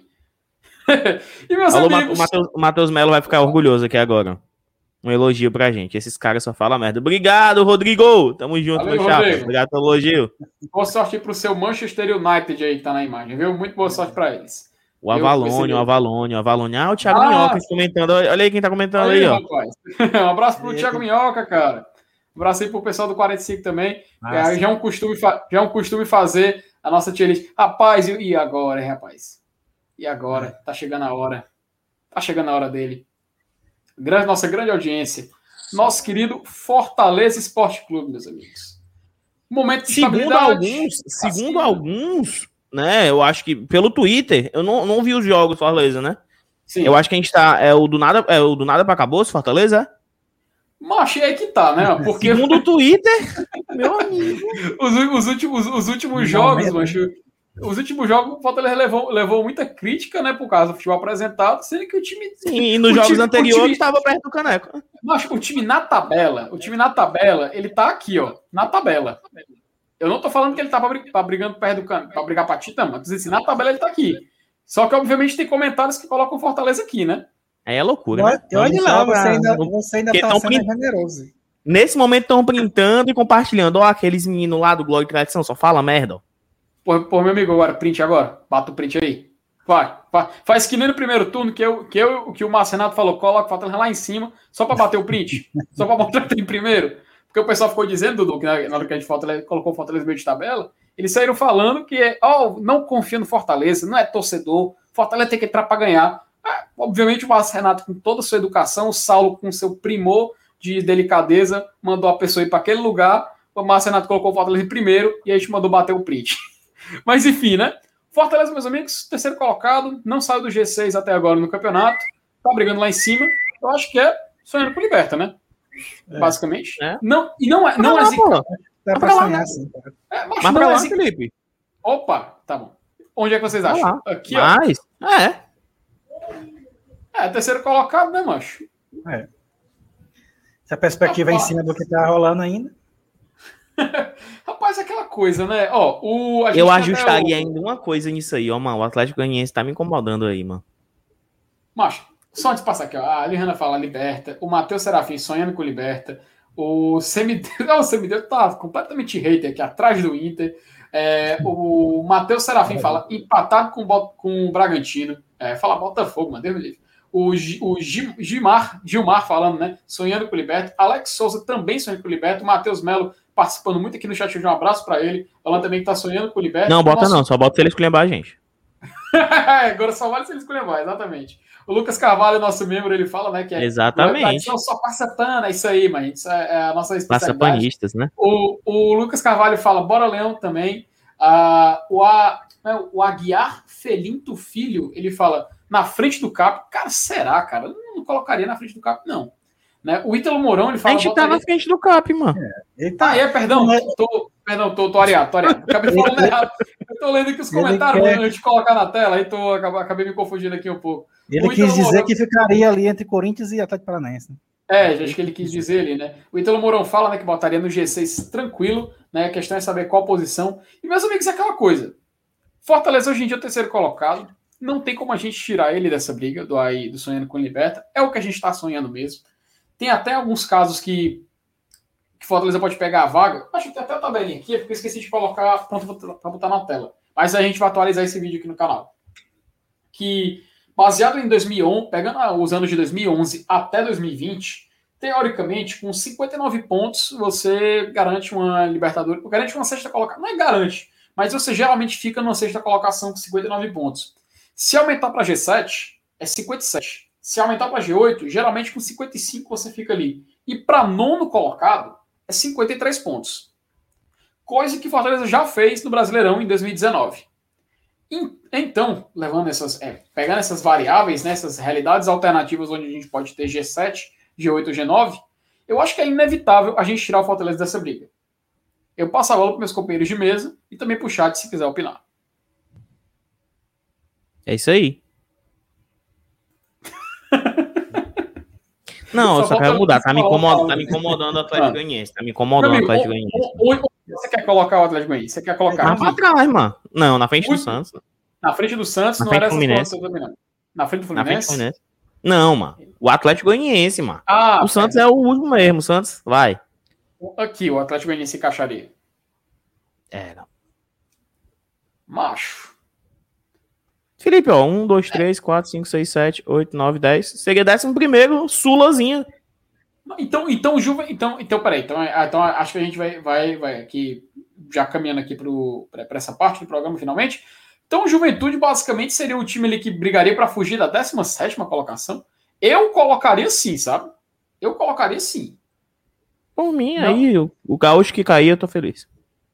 E meus Alô, amigos... O Matheus Melo vai ficar orgulhoso aqui agora. Um elogio pra gente. Esses caras só falam merda. Obrigado, Rodrigo. Tamo junto, Valeu, meu chapa. Rodrigo. Obrigado pelo elogio. Boa sorte pro seu Manchester United aí que tá na imagem, viu? Muito boa sorte pra eles. O Avalone, o Avalone, o Avalone. Ah, o Thiago Ah, Minhoca comentando. Olha aí quem tá comentando aí, aí, ó. rapaz. Um abraço pro Thiago Minhoca, cara. Um abraço aí pro pessoal do quarenta e cinco também. Ah, é, já, é um costume fa... já é um costume fazer a nossa tier list. Rapaz, e agora, hein, rapaz? E agora? Tá chegando a hora. Tá chegando a hora dele. Grande, nossa grande audiência. Nosso querido Fortaleza Esporte Clube, meus amigos. Momento de Segundo alguns, segundo alguns, né? Eu acho que pelo Twitter, eu não, não vi os jogos Fortaleza, né? Sim. Eu acho que a gente tá. É o do nada, é o do nada pra acabou, Fortaleza? Mas é que tá, né? Porque... Segundo o Twitter, meu amigo. Os, os últimos, os últimos jogos, mancho, os últimos jogos, o Fortaleza levou, levou muita crítica, né, por causa do futebol apresentado, sendo que o time... Sim, e nos jogos time, anteriores estava perto do caneco. Mas o time na tabela, o time na tabela, ele tá aqui, ó, na tabela. Eu não tô falando que ele tá pra, brigando perto do caneco, pra brigar pra Titã, mas assim, na tabela ele tá aqui. Só que, obviamente, tem comentários que colocam o Fortaleza aqui, né? Aí é loucura, eu, né? Eu olha lá, você ainda, você ainda tá sendo print... generoso. Nesse momento estão printando e compartilhando. Ó, aqueles meninos lá do Glória e Tradição só fala merda, ó. Pô, pô, meu amigo, agora, print agora. Bata o print aí. Vai, vai. Faz que nem no primeiro turno que, eu, que, eu, que o Márcio Renato falou, coloca o Fortaleza lá em cima, só pra bater o print. Só pra mostrar que tem primeiro. Porque o pessoal ficou dizendo, Dudu, que na hora que a gente Fortaleza, colocou o Fortaleza no meio de tabela, eles saíram falando que, ó, oh, não confia no Fortaleza, não é torcedor, Fortaleza tem que entrar pra ganhar. Ah, obviamente o Márcio Renato, com toda a sua educação, o Saulo com seu primor de delicadeza, mandou a pessoa ir para aquele lugar, o Márcio Renato colocou o Fortaleza em primeiro e a gente mandou bater o print. Mas enfim, né? Fortaleza, meus amigos, terceiro colocado, não saiu do G seis até agora no campeonato, tá brigando lá em cima, eu acho que é sonhando com o Liberta, né? É. Basicamente. É. Não, e não é, não é zica. Dá pra sonhar assim, cara. É, mas mas não pra é lá, zica. Felipe. Opa, tá bom. Onde é que vocês acham? Lá. Aqui, mas, ó. É. É, terceiro colocado, né, macho? É. Se a perspectiva Rapaz. é em cima do que tá rolando ainda. Rapaz, aquela coisa, né? Ó, o, a gente eu ajustaria o... ainda uma coisa nisso aí, ó, mano. O Atlético Goianiense tá me incomodando aí, mano. Macho, só antes de passar aqui, ó. A Liana fala Liberta, o Matheus Serafim sonhando com Liberta, o Semideus, o Semideus tá completamente hater aqui, atrás do Inter. É, o Matheus Serafim fala empatado com, com o Bragantino. É, fala Botafogo, mano, Deus me livre. O, o Gilmar, Gilmar falando, né? Sonhando com o Liberto. Alex Souza também sonhando com o Liberto. O Matheus Melo participando muito aqui no chat. Um abraço para ele. Falando também que tá sonhando com o Liberto. Não, bota Nosso... não, só bota se ele esculhambar a gente. Agora só vale se ele esculhambar, exatamente. O Lucas Carvalho, nosso membro, ele fala, né? Que é exatamente. Só passa pano, é isso aí, mas isso é a nossa especialidade. Passa panistas, né? O, o Lucas Carvalho fala, bora Leão também. Uh, o, a, o Aguiar Felinto Filho, ele fala na frente do Cap. Cara, será, cara? Eu não colocaria na frente do Cap, não. Né? O Ítalo Mourão, ele fala... A gente tá na frente do Cap, mano. É, tá. Ah, é, perdão. Tô, perdão, tô, tô areado, tô areado. Acabei falando errado. Eu tô lendo aqui os comentários quer... antes de colocar na tela, aí tô, acabei me confundindo aqui um pouco. Ele quis dizer Mourão... que ficaria ali entre Corinthians e Atlético Paranaense, né? É, acho que ele quis dizer ali, né? O Ítalo Mourão fala, né, que botaria no G seis tranquilo, né? A questão é saber qual posição. E, meus amigos, é aquela coisa. Fortaleza hoje em dia é o terceiro colocado. Não tem como a gente tirar ele dessa briga do, aí, do Sonhando com o Liberta. É o que a gente está sonhando mesmo. Tem até alguns casos que, que Fortaleza pode pegar a vaga. Acho que tem até a tabelinha aqui, porque eu esqueci de colocar pronto para botar na tela. Mas a gente vai atualizar esse vídeo aqui no canal. Que... baseado em dois mil e onze, pegando os anos de dois mil e onze até dois mil e vinte, teoricamente, com cinquenta e nove pontos, você garante uma Libertadores, garante uma sexta colocação. Não é garante, mas você geralmente fica numa sexta colocação com cinquenta e nove pontos. Se aumentar para G sete, é cinquenta e sete. Se aumentar para G oito, geralmente com cinquenta e cinco você fica ali. E para nono colocado, é cinquenta e três pontos. Coisa que Fortaleza já fez no Brasileirão em dois mil e dezenove. Então, levando essas, é, pegando essas variáveis, né, essas realidades alternativas onde a gente pode ter G sete, G oito, G nove, eu acho que é inevitável a gente tirar o Fortaleza dessa briga. Eu passo a bola para meus companheiros de mesa e também para o chat, se quiser opinar. É isso aí. Não, eu só, só quero mudar. Tá me, incomodando, tá me incomodando o Atlético Goianiense. Tá me incomodando o Atlético Goianiense. Você quer colocar o Atlético Goianiense? Você quer colocar aqui? Pra trás, mano. Não, na frente do Santos. Na frente do Santos, não era essa situação também, não. Na frente do Fluminense? Na frente do Fluminense. Não, mano. O Atlético Goianiense, mano. Ah, o Santos é. é o último mesmo. O Santos, vai. Aqui, o Atlético Goianiense encaixaria. É, não. Macho. Felipe, ó, um, dois, três, quatro, cinco, seis, sete, oito, nove, dez. Seria décimo primeiro, Sulazinha. Então, então, Juve, então, então, peraí. Então, então, acho que a gente vai, vai, vai aqui, já caminhando aqui para essa parte do programa, finalmente. Então, o Juventude, basicamente, seria o time ali que brigaria para fugir da décima sétima colocação. Eu colocaria sim, sabe? Eu colocaria sim. Por mim, Não. aí, o, o gaúcho que cair, eu tô feliz.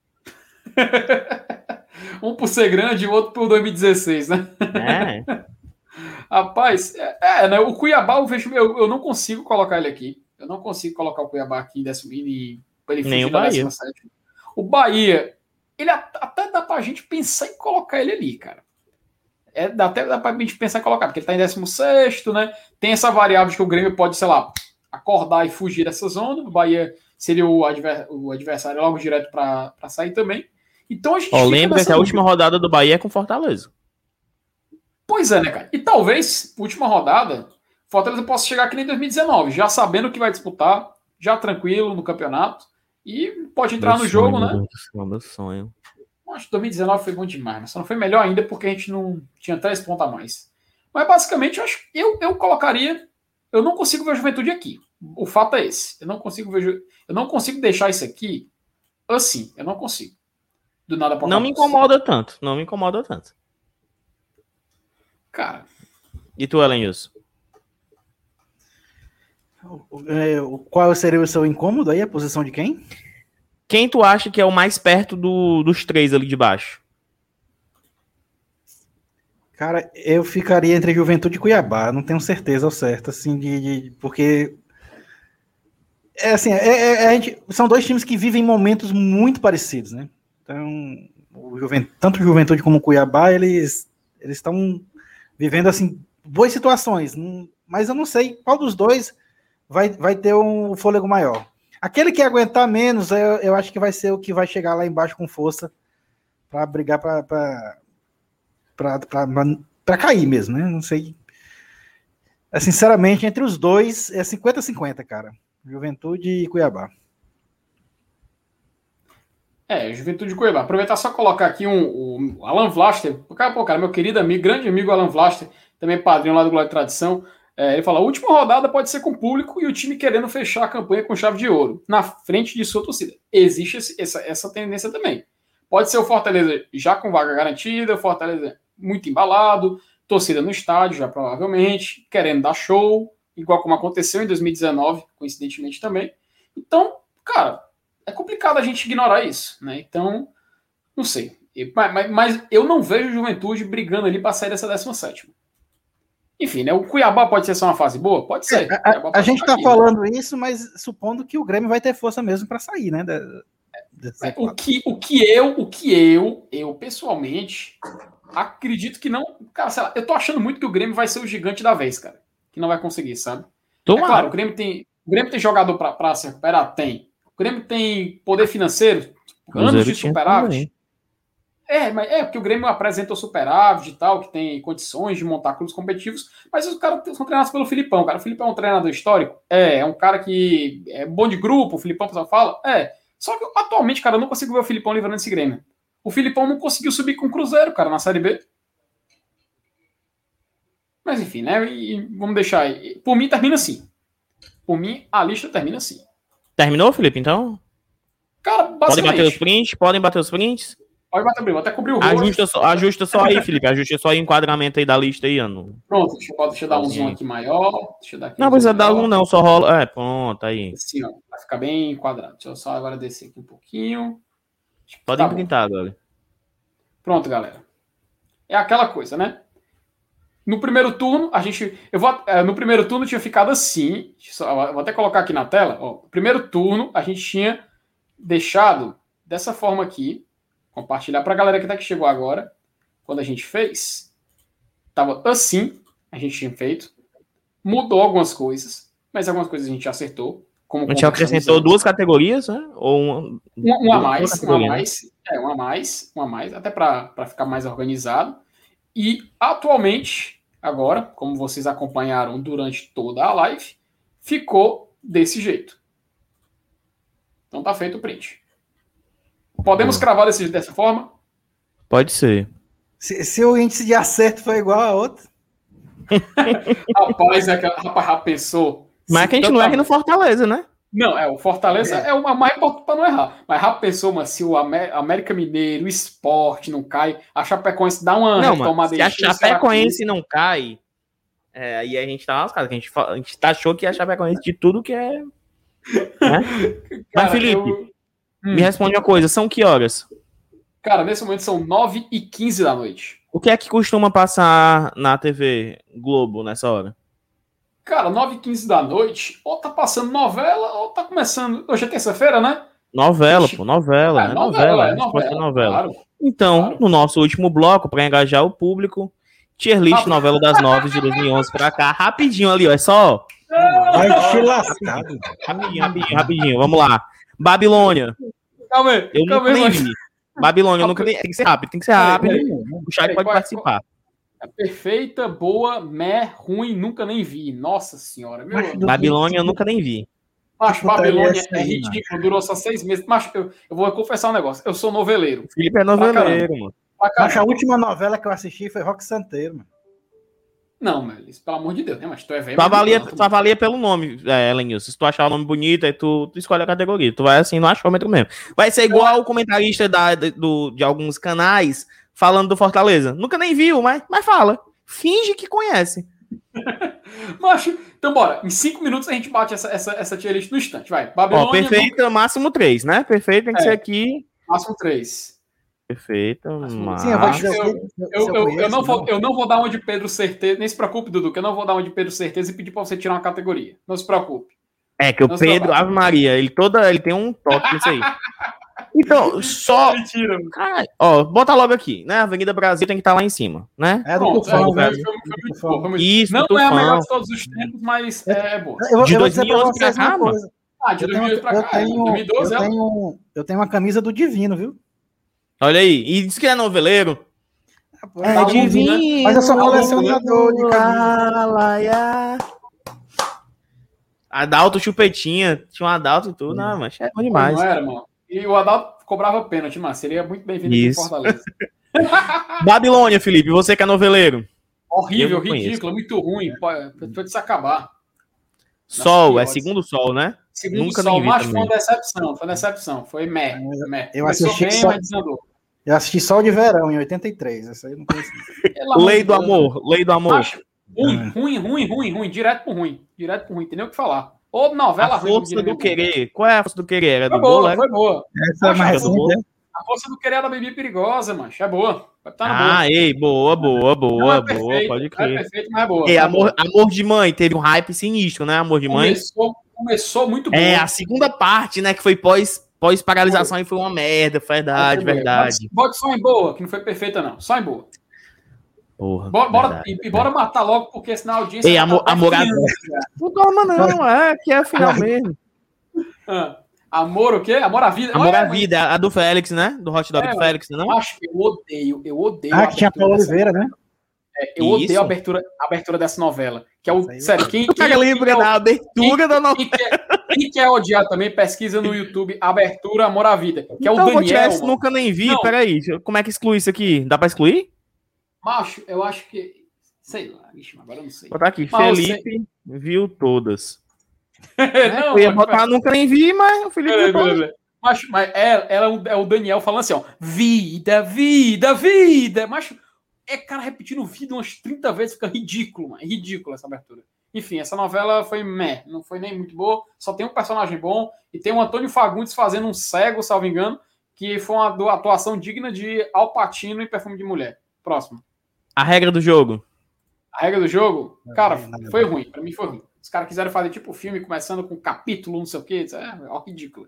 Um por ser grande e o outro por dois mil e dezesseis, né? É. Rapaz, é, é, né? O Cuiabá, eu, vejo, eu, eu não consigo colocar ele aqui. Eu não consigo colocar o Cuiabá aqui em décimo e para ele fugir da décima sétima. O Bahia, ele até dá pra gente pensar em colocar ele ali, cara. É, dá até dá pra gente pensar em colocar, porque ele tá em décimo sexto, né? Tem essa variável de que o Grêmio pode, sei lá, acordar e fugir dessa zona. O Bahia seria o, adver, o adversário logo direto pra, pra sair também. Então a gente. Ó, lembra que a última rodada do Bahia é com Fortaleza. Pois é, né, cara? E talvez, última rodada, Fortaleza possa chegar aqui em dois mil e dezenove, já sabendo que vai disputar, já tranquilo no campeonato. E pode entrar meu no sonho, jogo, né? Meu, Deus, meu sonho. Acho que dois mil e dezenove foi bom demais, né? Só não foi melhor ainda porque a gente não tinha três pontos a mais. Mas basicamente, eu acho eu, eu colocaria. Eu não consigo ver a Juventude aqui. O fato é esse. Eu não consigo ver. Eu não consigo deixar isso aqui assim. Eu não consigo. Do nada pra Não me incomoda tanto. Não me incomoda tanto. Cara. E tu, Elenilson? Qual seria o seu incômodo aí? A posição de quem? Quem tu acha que é o mais perto do, dos três ali de baixo? Cara, eu ficaria entre Juventude e Cuiabá. Não tenho certeza ao certo, assim, de, de porque é assim, é, é, a gente, são dois times que vivem momentos muito parecidos, né? Então, o Juventude, tanto o Juventude como o Cuiabá, eles eles estão vivendo assim boas situações, mas eu não sei qual dos dois vai, vai ter um fôlego maior. Aquele que aguentar menos, eu, eu acho que vai ser o que vai chegar lá embaixo com força para brigar para para cair mesmo, né? Não sei. É, sinceramente, entre os dois é cinquenta a cinquenta, cara. Juventude e Cuiabá. É, Juventude e Cuiabá. Aproveitar só colocar aqui um, um Alan Vlaster. Cara, pô, cara, meu querido amigo, grande amigo Alan Vlaster, também padrinho lá do Glória e Tradição. É, ele fala, a última rodada pode ser com o público e o time querendo fechar a campanha com chave de ouro, na frente de sua torcida. Existe esse, essa, essa tendência também. Pode ser o Fortaleza já com vaga garantida, o Fortaleza muito embalado, torcida no estádio já provavelmente, querendo dar show, igual como aconteceu em dois mil e dezenove, coincidentemente também. Então, cara, é complicado a gente ignorar isso, né? Então, não sei. Mas, mas eu não vejo a Juventude brigando ali para sair dessa décima sétima. Enfim, né? O Cuiabá pode ser só uma fase boa? Pode ser. É, a, a gente está falando né? isso, mas supondo que o Grêmio vai ter força mesmo para sair, né? Da, é, o, que, o que eu, o que eu, eu pessoalmente acredito que não. Cara, sei lá, eu tô achando muito que o Grêmio vai ser o gigante da vez, cara. Que não vai conseguir, sabe? Tomara. É claro, o Grêmio tem, o Grêmio tem jogador para se recuperar? Tem. O Grêmio tem poder financeiro? Anos de superávit? É, mas é porque o Grêmio apresenta o superávit e tal, que tem condições de montar clubes competitivos, mas os caras são treinados pelo Filipão, cara. O Filipão é um treinador histórico? É, é um cara que é bom de grupo, o Filipão, o pessoal fala? É. Só que atualmente, cara, eu não consigo ver o Filipão livrando esse Grêmio. O Filipão não conseguiu subir com o Cruzeiro, cara, na Série B. Mas enfim, né? E vamos deixar aí. Por mim, termina assim. Por mim, a lista termina assim. Terminou, Felipe, então? Cara, basicamente. Podem bater os prints? Podem bater os prints? Pode bater o brilho, até cobrir o rosto. Ajusta só, ajusta só aí, Felipe. Ajusta só aí o enquadramento aí da lista aí, Ano. Pronto, deixa, deixa eu dar um zoom aqui maior. Deixa eu dar aqui não, um precisa dar um não, só rola. É, pronto, aí. Assim, ó, vai ficar bem enquadrado. Deixa eu só agora descer aqui um pouquinho. Podem tá printar agora. Pronto, galera. é aquela coisa, né? No primeiro turno, a gente. Eu vou, no primeiro turno tinha ficado assim. Vou até colocar aqui na tela. Ó, no primeiro turno, a gente tinha deixado dessa forma aqui. Compartilhar para a galera que tá que chegou agora. Quando a gente fez, tava assim. A gente tinha feito. Mudou algumas coisas, mas algumas coisas a gente acertou. Como a gente acrescentou duas categorias, né? Ou uma, uma, uma a mais, uma a mais, é, uma a mais, uma a mais, até para ficar mais organizado. E atualmente, agora, como vocês acompanharam durante toda a live, ficou desse jeito. Então tá feito o print. Podemos cravar desse, dessa forma? Pode ser. Se, se o índice de acerto for igual a outro. Rapaz, é que, rapaz, já pensou? Mas é que a gente não erra no Fortaleza, né? Não, é, o Fortaleza é, é o mais importante para não errar. Mas já pensou, mas se o América Mineiro, o Sport não cai, a Chapecoense dá uma não, retomada... Se a Chapecoense não cai, é, aí a gente tá lascado, a gente, a gente tá achou que a Chapecoense de tudo que é... Né? Cara, mas, Felipe, eu... me hum. responde uma coisa, são que horas? Cara, nesse momento são nove e quinze da noite. O que é que costuma passar na T V Globo nessa hora? Cara, nove e quinze da noite, ou tá passando novela, ou tá começando... Hoje é terça-feira, né? Novela, pô, novela, é, né? Novela, é novela, novela. novela. Claro, então, claro. No nosso último bloco, para engajar o público, tier list, ah, novela das nove de dois mil e onze pra cá, rapidinho ali, ó, é só... Vai te lascado. Rapidinho, rapidinho, rapidinho, vamos lá. Babilônia. Calma aí, eu calma nunca aí, nem vi. Babilônia, eu nunca nem... Tem que ser rápido, tem que ser rápido. O chat pode participar. É perfeita, boa, meh, ruim, nunca nem vi. Nossa senhora. Meu Babilônia eu nunca nem vi. Macho, Babilônia é ridículo, durou só seis meses. Macho, eu, eu vou confessar um negócio. Eu sou noveleiro. O Felipe é noveleiro, mano. Macho, a última novela que eu assisti foi Rock Santeiro, mano. Não, Melis, pelo amor de Deus, né? Mas tu é velho. Tu avalia, tu avalia pelo nome, é, Elenilson. Se tu achar o nome bonito, aí tu, tu escolhe a categoria. Tu vai assim no achômetro mesmo. Vai ser igual o comentarista da, do, de alguns canais falando do Fortaleza. Nunca nem viu, mas, mas fala. Finge que conhece. Macho, então bora. Em cinco minutos a gente bate essa, essa, essa tier list no instante. Vai. Babilônia. Ó, perfeita, máximo três, né? Perfeito tem que é, ser aqui. Máximo três. Perfeito. Mas... Sim, eu, vou dizer, eu, eu, eu, eu, eu, não vou, eu não vou dar uma de Pedro Certeza. Nem se preocupe, Dudu, que eu não vou dar uma de Pedro Certeza e pedir pra você tirar uma categoria. Não se preocupe. É que o não Pedro, Ave Maria, ele, toda, ele tem um toque nisso aí. Então, só. Mentira. Cara, ó, bota logo aqui, né? Avenida Brasil tem que estar lá em cima, né? É do Pronto, Tufão, é, velho. Foi, foi muito bom, foi muito... Isso, não, Tufão. não é a melhor de todos os tempos, mas é, é boa. Eu, eu de vou dois mil e onze pra pra cá, mano? Ah, de dois mil e onze pra cá. Tenho, dois mil e doze, eu, tenho, eu tenho uma camisa do Divino, viu? Olha aí, e diz que é noveleiro. É, é Divino, né? Mas eu sou colecionador de camisa. Adalto Chupetinha, tinha um Adalto e tudo, não, mas é bom demais. Não era, mano. E o Adalto cobrava pênalti, mas seria muito bem-vindo aqui em Fortaleza. Babilônia, Felipe, você que é noveleiro. Horrível, ridículo, muito ruim. Foi de se acabar. Sol, é segundo Sol, né? Segundo Nunca Sol, mas foi uma decepção, foi uma decepção. Foi meh, meh. Eu assisti, bem, só, mas desandou. eu assisti Sol de Verão, em oitenta e três. Essa aí eu não conheci. Lei do Amor, Lei do Amor. Macho, ruim, ruim, ruim, ruim, ruim, direto pro ruim. Direto pro ruim, tem nem o que falar. Ou novela a ruim. Força do Querer. Qual é a Força do Querer? Era foi do boa, bolo, foi boa. Essa é mais boa. A Força do Querer é da Bebê Perigosa, macho. É boa. Tá ah, boa. ei, boa, boa, boa, é boa. Perfeito, Pode crer. É perfeito, mas é boa. Ei, é amor, boa. Amor de Mãe, teve um hype sinistro, né? Amor de Mãe. Começou, começou muito bom. É, a segunda parte, né? Que foi pós, pós-paralisação e foi uma merda. Verdade, verdade. Bote só em boa, que não foi perfeita, não. Só em boa. Porra, bora, bora, e, e bora matar logo, porque senão a audiência. Ei, amor, tá amor a... Não toma, não, é, que é a final mesmo. Ah, amor o quê? Amor à vida. Amor à vida, a do Félix, né? Do hot dog é, do Félix, não? Acho que eu odeio, eu odeio. Ah, que tinha Paulo Oliveira, né? É, eu Isso. odeio a abertura, a abertura dessa novela. Que é o. Sério, quem. quem, quem lembra quem, da abertura quem, da novela? Quem quer, quem quer odiar também, pesquisa no YouTube Abertura Amor à Vida. Que então, é o Daniel. Tirar, nunca nem vi, não. Peraí. Como é que exclui isso aqui? Dá pra excluir? Macho, eu acho que. Sei lá, ixi, agora eu não sei. Vou botar aqui, mas Felipe você... viu todas. não, eu ia botar mas... nunca nem vi, mas o Felipe viu todas. Mas, mas ela, ela é o Daniel falando assim, ó. Vida, vida, vida. Macho, é cara repetindo vida umas trinta vezes, fica ridículo, mano. É ridículo essa abertura. Enfim, essa novela foi meh, não foi nem muito boa. Só tem um personagem bom e tem o Antônio Fagundes fazendo um cego, salvo engano, que foi uma atuação digna de Al Pacino em Perfume de Mulher. Próximo. A regra do jogo. A regra do jogo, cara, foi ruim. Pra mim foi ruim. Os caras quiseram fazer tipo filme começando com capítulo, não sei o quê. É, é ridículo.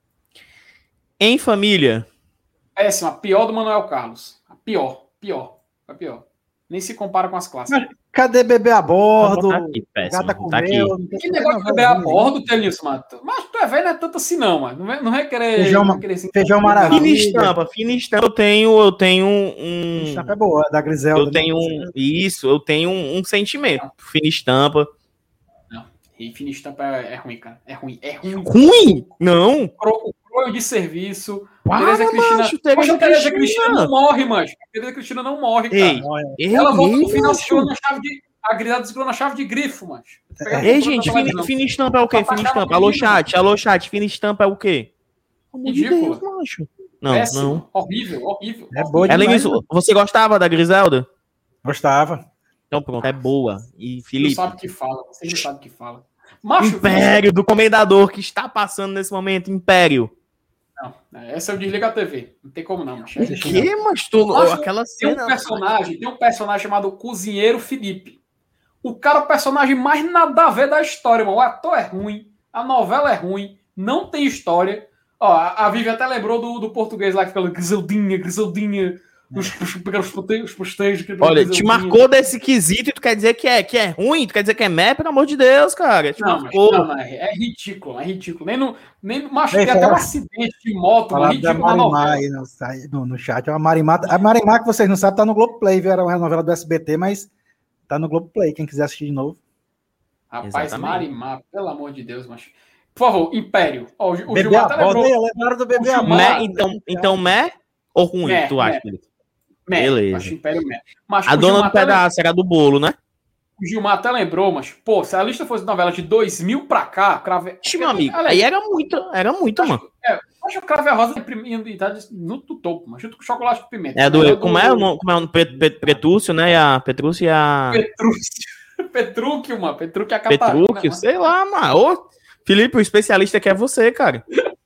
Em família. Péssima. A pior do Manuel Carlos. A pior. Pior. A pior. Nem se compara com as clássicas. Mas cadê bebê a bordo? Tá aqui, péssimo, Gata tá comeu. aqui. Que negócio de beber a bordo, Tenilson, Mato? Mas tu é velho, não é tanto assim, não, mano. Não vai, não vai querer. Feijão, não vai querer assim, feijão Fina maravilha. estampa, fina estampa. Eu tenho, eu tenho um. Estampa é boa, da Griselda. Eu tenho um. Isso, eu tenho um, um sentimento. Fina estampa. Não. E fina estampa é, é ruim, cara. É ruim. É ruim. Ruim? Não. O croio de serviço. Para, Tereza Cristina. macho, Tereza Poxa, Tereza Cristina. Cristina não morre, mancho. Tereza Cristina não morre, cara. Ei, ei, Ela volta no ei, final, macho. segurou na chave de. A Griselda segurou na chave de grifo, mancho. Ei, gente, fina, fina estampa é o quê? Fina estampa. Alô, chat, alô, chat. Fina estampa é o quê? Ridícula. Deus, macho. Não, Péssimo. não. Horrível, horrível. É boa Além demais, disso, você gostava da Griselda? Gostava. Então pronto, é boa. E Não Felipe, sabe o que fala. Vocês não sabem o que fala. Macho, Império do Comendador que está passando nesse momento, Império. Não, essa eu desligo a T V. Não tem como não, macho. O quê, mas tu... Macho, aquela Tem cena... um personagem, tem um personagem chamado Cozinheiro Felipe. O cara é o personagem mais nada a ver da história, mano. O ator é ruim, a novela é ruim, não tem história. Ó, a, a Vivi até lembrou do, do português lá que fala Griseldinha, Griseldinha. Os, os, os, posteiros, os posteiros. Olha, te marcou desse quesito e tu quer dizer que é, que é ruim? Tu quer dizer que é mé? Pelo amor de Deus, cara. Te Não, mas, marcou. não, não, é, é ridículo, é ridículo. Nem no, nem no macho, Ei, tem até um fala- acidente de moto, mano, Falar da ridículo na Marimar novela. aí no, no, no chat. A Marimar, a Marimar, que vocês não sabem, tá no Globoplay, viu? Era uma novela do S B T, mas tá no Globoplay. Quem quiser assistir de novo. Rapaz, Exatamente. Marimar, pelo amor de Deus, macho. Por favor, Império. Ó, o, o Bebê Gilmar a até bordo lembrou. aí, lembraram do bebê O a Gilmar- bordo. Mé, então, então mé ou ruim, Mé, tu acha? mé. Felipe? Mé, Beleza. Macho, Império Mé. Mas A o dona Gilmar do até lembrou- pedaço era do bolo, né? O Gilmar até lembrou, mas, pô, se a lista fosse novela de dois mil pra cá, crave... Ixi, meu amigo, Olha aí era muito, era muito, mano. Acho que o Crave a Rosa imprimindo e tá no do topo, mas junto com chocolate com pimenta. É do, Melhor como é o nome? Como é o nome? Pet- Pet- Petrúcio, né? E a Petrúcio e a... Petrúcio. Petrúquio, mano. Petrúquio é a Catarina. Petrúcio, mano. sei lá, mano. Ô, Felipe, o especialista que é você, cara.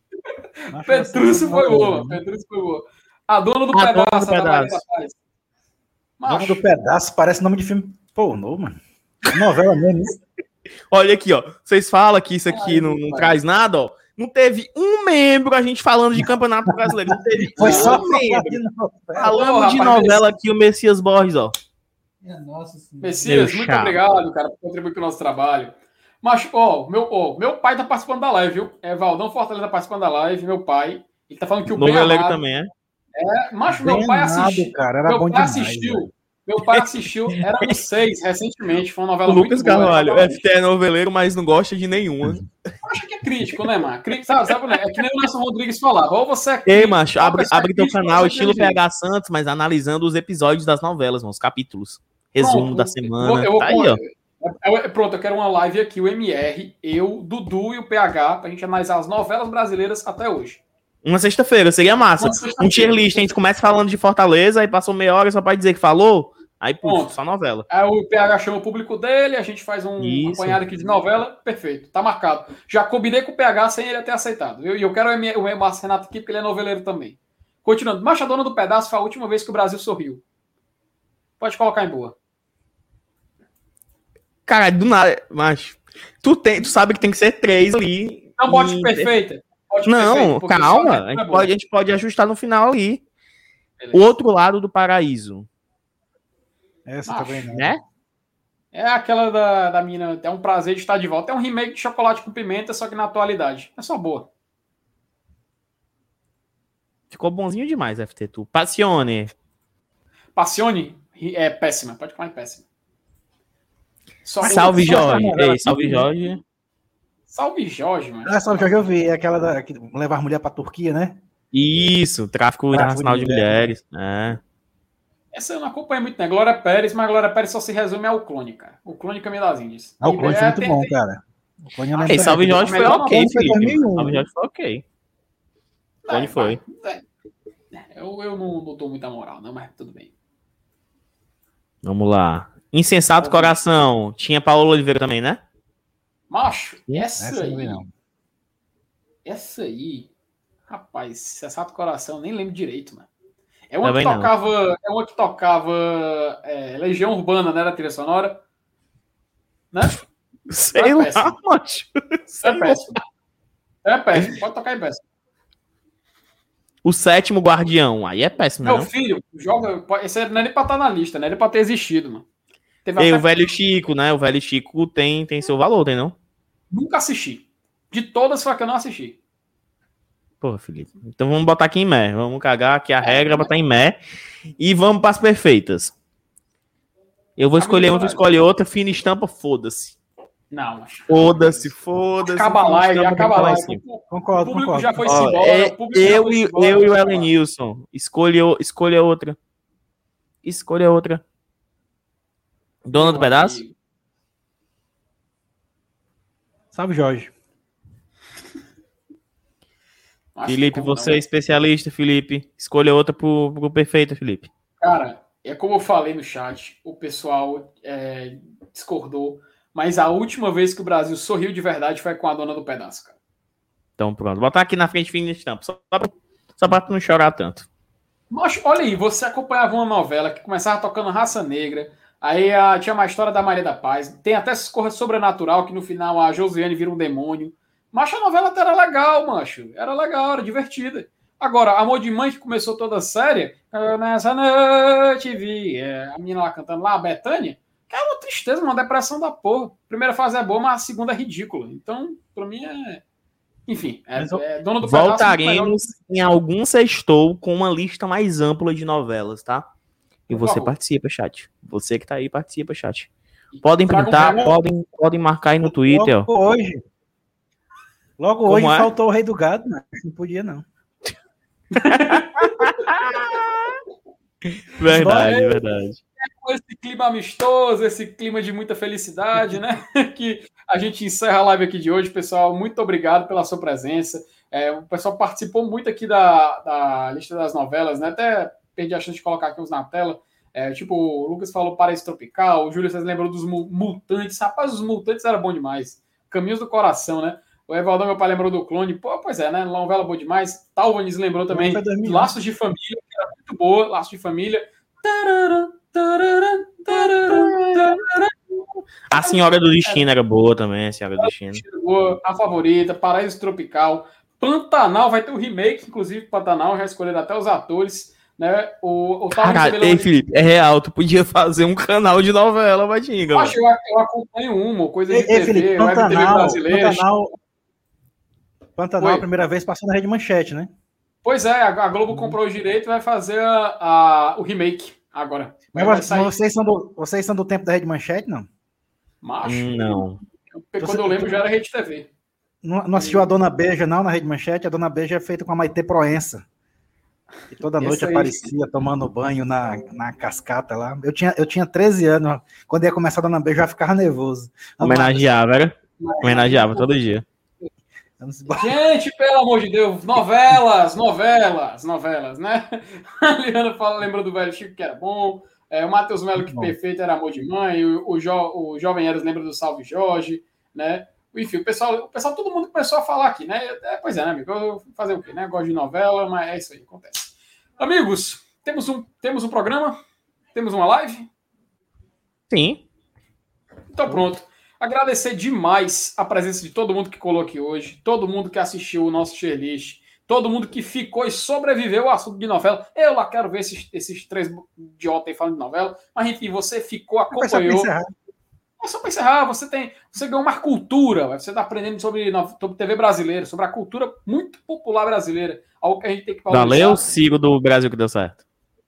Petrúcio foi boa, mano. Petrúcio foi boa. A dona do A dona pedaço, do a Maria pedaço. da Paz. Dona Macho, do Pedaço parece nome de filme pornô, mano. Novela mesmo. isso. Olha aqui, ó. Vocês falam que isso aqui Ai, não, não pai. traz nada, ó. Não teve um membro a gente falando de Campeonato Brasileiro. Não teve Foi um só membro. de novela. Falando Porra, de rapaz, novela aqui, o Messias Borges, ó. Nossa Senhora. Messias, Meu muito chapa. obrigado, cara, por contribuir com o nosso trabalho. Mas, ó, meu, ó, meu pai tá participando da live, viu? É Valdão Fortaleza tá participando da live, meu pai. Ele tá falando que o Ben Noveleiro Amado... também, é? É, macho, meu Bem pai amado, assistiu. cara, era Meu bom pai demais. assistiu. velho. Meu pai assistiu. Era no seis, recentemente. Foi uma O novela Lucas muito boa. Carvalho, Era- F T é noveleiro, mas não gosta de nenhuma. Acho que é crítico, né, mano? Cri- Sabe, sabe, né? É que nem o Nelson Rodrigues falava. Ou você é Ei, crítico, macho, ou a abre, pessoa é abre teu crítica, ou canal, você é estilo inteligente. P H Santos, mas analisando os episódios das novelas, mano, os capítulos. Resumo Pronto, da semana. Eu vou, Tá eu aí, vou- ó. eu- eu- pronto, eu quero uma live aqui, o M R, eu, Dudu e o P H, pra gente analisar as novelas brasileiras até hoje. Uma sexta-feira, seria massa. Uma sexta-feira. Um tier list, a gente começa falando de Fortaleza, aí passou meia hora só pra dizer que falou, aí, puf, Pronto. só novela. Aí o P H chama o público dele, a gente faz um Isso. apanhado aqui de novela, perfeito, tá marcado. Já combinei com o P H sem ele ter aceitado. Eu- E eu, quero o M- o Márcio Renato aqui, porque ele é noveleiro também. Continuando, Macho, a dona do pedaço foi a última vez que o Brasil sorriu. Pode colocar em boa. Cara, do nada, macho. Tu, tem, tu sabe que tem que ser três ali. Não, bote e- perfeita. Bote Não, perfeita, porque calma. só A é gente, bom. pode, a gente pode ajustar no final ali. Beleza. O outro lado do paraíso, Essa Macho, também não. né? É aquela da, da mina, é um prazer de estar de volta. É um remake de Chocolate com Pimenta, só que na atualidade. É só boa. Ficou bonzinho demais, F T, tu. Passione. Passione é péssima, pode falar em péssima. Só- Salve, só- Jorge. novela Ei, salve, aqui. Jorge. Salve Jorge, mano. Ah, sabe o que eu vi? É aquela da, que leva as mulheres pra Turquia, né? Isso, tráfico internacional de mulheres. É. Essa eu não acompanho muito, né? Glória Pérez, mas Glória Pérez só se resume ao Clone, cara. O Clone Caminho das Índias. Ah, o Clone E, foi é, muito tem- bom, tem- cara. O Clone eu Ah, lembro Ei, Salve também. Jorge foi melhor ok, novela foi Felipe. dois mil e um. Salve Jorge foi ok. Clone É, foi. é, eu, eu não, não dou muita moral, não, mas tudo bem. Vamos lá. Insensato Coração. Tinha Paola Oliveira também, né? Macho, essa, Essa eu não vi, aí. não. Essa aí. Rapaz, Sensato Coração, nem lembro direito, mano. É uma Também que não. tocava, é uma que tocava é, Legião Urbana, né? Da trilha sonora. Né? Sei É lá, péssimo. macho. Sei É lá. péssimo. É péssimo. Pode tocar em péssimo. O Sétimo Guardião. Aí é péssimo, né? Meu Não? filho, joga. Esse não é nem pra estar na lista, né? Ele é pra ter existido, mano. Teve E até... o Velho Chico, né? O Velho Chico tem, tem seu valor, tem não? Nunca assisti. De todas, foi a que eu não assisti. Porra, Felipe. Então vamos botar aqui em Mé. Vamos cagar aqui a É, regra, é. botar em Mé. E vamos para as perfeitas. Eu vou escolher uma, tu escolhe outra. Fina estampa, foda-se. Não, mas... Foda-se, foda-se. Acaba a Fina live, estampa, acaba a vamos lá em live. cima. O Concordo, público concordo. já foi Ó, embora. é, o público já eu, foi e, embora, eu e o vai Ellen lá. Nilson. Escolha, escolha outra. Escolha outra. Dona do Meu pedaço? amigo. Salve, Jorge. Acho Felipe, que como você não. é especialista, Felipe. Escolha outra pro, pro perfeito, Felipe. Cara, é como eu falei no chat, o pessoal é, discordou, mas a última vez que o Brasil sorriu de verdade foi com a Dona do Pedaço, cara. Então pronto. Botar aqui na frente fina estampa. Só pra, só pra tu não chorar tanto. Mas olha aí, você acompanhava uma novela que começava tocando Raça Negra, aí a, tinha uma história da Maria da Paz, tem até Corra Sobrenatural, que no final a Josiane vira um demônio. Mas a novela até era legal, macho. Era legal, era divertida. Agora, Amor de Mãe, que começou toda séria, eu nessa noite vi é, a menina lá cantando lá, a Bethânia, que é uma tristeza, uma depressão da porra. A primeira fase é boa, mas a segunda é ridícula. Então, pra mim é... Enfim, é, Mas eu- é dono do pedaço. Voltaremos em algum sextou com uma lista mais ampla de novelas, tá? E Por você favor. participa, chat. Você que tá aí, participa, chat. Podem Traga um printar, tema. podem, podem marcar aí no Twitter, ó. Logo hoje. Logo Como hoje é? faltou o Rei do Gado, mas não podia, não. Verdade, verdade. Com esse clima amistoso, esse clima de muita felicidade, né? Que a gente encerra a live aqui de hoje, pessoal. Muito obrigado pela sua presença. É, o pessoal participou muito aqui da, da lista das novelas, né? Até perdi a chance de colocar aqui uns na tela. É, tipo, o Lucas falou Paraíso Tropical, o Júlio, vocês lembrou dos Mutantes. Rapaz, os Mutantes era bom demais. Caminhos do Coração, né? O Evaldão, meu pai, lembrou do Clone. Pô, pois é, né? Novela boa demais. Talvanis lembrou também Foi dois mil. Laços de Família, que era muito boa. Laços de Família. A Senhora do Destino era boa também, a Senhora do Destino. Boa, a favorita, Paraíso Tropical. Pantanal vai ter um remake, inclusive, Pantanal, já escolheram até os atores. Né? O, o Caralho, ei, Felipe, é real, tu podia fazer um canal de novela, Badinga. Eu acho que eu, eu acompanho uma, coisa de Ei, ei, T V, Felipe, Web T V Pantanal, brasileira. Pantanal, Pantanal Oi. a primeira vez passou na Rede Manchete, né? Pois é, a Globo comprou o direito e vai fazer a, a- o remake agora. Vai, vai Mas sair. vocês, são do, vocês são do tempo da Rede Manchete, não? Macho. Hum, não. Eu- quando eu lembro já era Rede T V. Não, não assistiu a Dona Beija, não, na Rede Manchete? A Dona Beija é feita com a Maitê Proença. E toda noite Esse aí. aparecia tomando banho na, na cascata lá. Eu tinha, eu tinha treze anos. Quando ia começar a Dona Beija, eu já ficava nervoso. Homenageava, era? Homenageava todo dia. Vamos embora. Gente, pelo amor de Deus, novelas, novelas, novelas, né? A Liana fala, lembra do Velho Chico, que era bom. É, o Matheus Melo, que Bom. perfeito, era Amor de Mãe. O, o, jo, o Jovem Eros lembra do Salve Jorge, né? Enfim, o pessoal, o pessoal, todo mundo começou a falar aqui, né? É, pois é, né, amigo? Eu fazer o quê, né? Gosto de novela, mas é isso aí, acontece. Amigos, temos um, temos um programa? Temos uma live? Sim. Então pronto. Agradecer demais a presença de todo mundo que colou aqui hoje, todo mundo que assistiu o nosso tier list, todo mundo que ficou e sobreviveu ao assunto de novela. Eu lá quero ver esses, esses três idiotas aí falando de novela, mas enfim, você ficou, Foi só pra acompanhou. encerrar. É só para encerrar, você tem, você ganhou uma cultura, você está aprendendo sobre, sobre T V brasileira, sobre a cultura muito popular brasileira, algo que a gente tem que valorizar. Valeu, Ciro do Brasil que deu certo.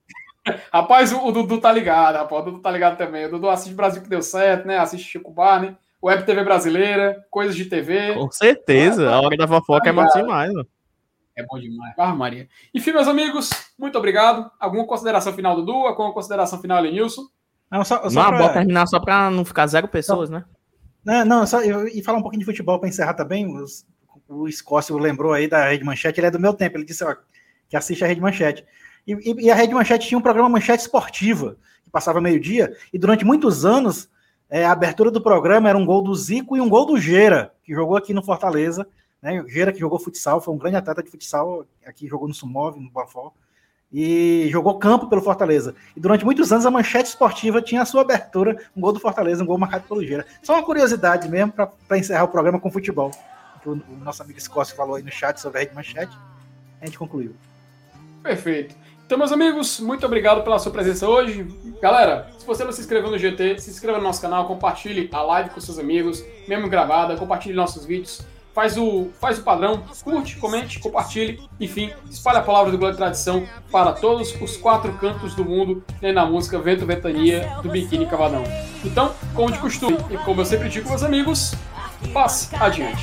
Rapaz, o, o Dudu tá ligado, rapaz, o Dudu tá ligado também. O Dudu assiste Brasil que deu certo, né? Assiste Chico Barney, Web T V brasileira, coisas de T V. Com certeza, a hora da fofoca é massa demais, mano. É bom demais. Ah, Maria. Enfim, meus amigos, muito obrigado. Alguma consideração final, Dudu? Alguma consideração final, Lenilson? Não, só, só Não, pra- bota terminar só pra não ficar zero pessoas, né? Não, não, só eu, e falar um pouquinho de futebol para encerrar também. Os, o Escócio lembrou aí da Rede Manchete, ele é do meu tempo, ele disse ó, que assiste a Rede Manchete. E, e- e a Rede Manchete tinha um programa Manchete Esportiva, que passava meio-dia, e durante muitos anos é, a abertura do programa era um gol do Zico e um gol do Gera, que jogou aqui no Fortaleza. Né? O Gera, que jogou futsal, foi um grande atleta de futsal, aqui jogou no Sumov, no Boafó. e jogou campo pelo Fortaleza. E durante muitos anos a Manchete Esportiva tinha a sua abertura, um gol do Fortaleza, um gol marcado pelo Gera. Só uma curiosidade mesmo para encerrar o programa com futebol. Que o, o nosso amigo Scott falou aí no chat sobre a Rede Manchete. A gente concluiu. Perfeito. Então, meus amigos, muito obrigado pela sua presença hoje. Galera, se você não se inscreveu no G T, se inscreva no nosso canal, compartilhe a live com seus amigos, mesmo gravada, compartilhe nossos vídeos, faz o, faz o padrão, curte, comente, compartilhe, enfim, espalhe a palavra do Glória e Tradição para todos os quatro cantos do mundo, né, na música Vento Ventania do Biquíni Cavadão. Então, como de costume, e como eu sempre digo, meus amigos, passe adiante.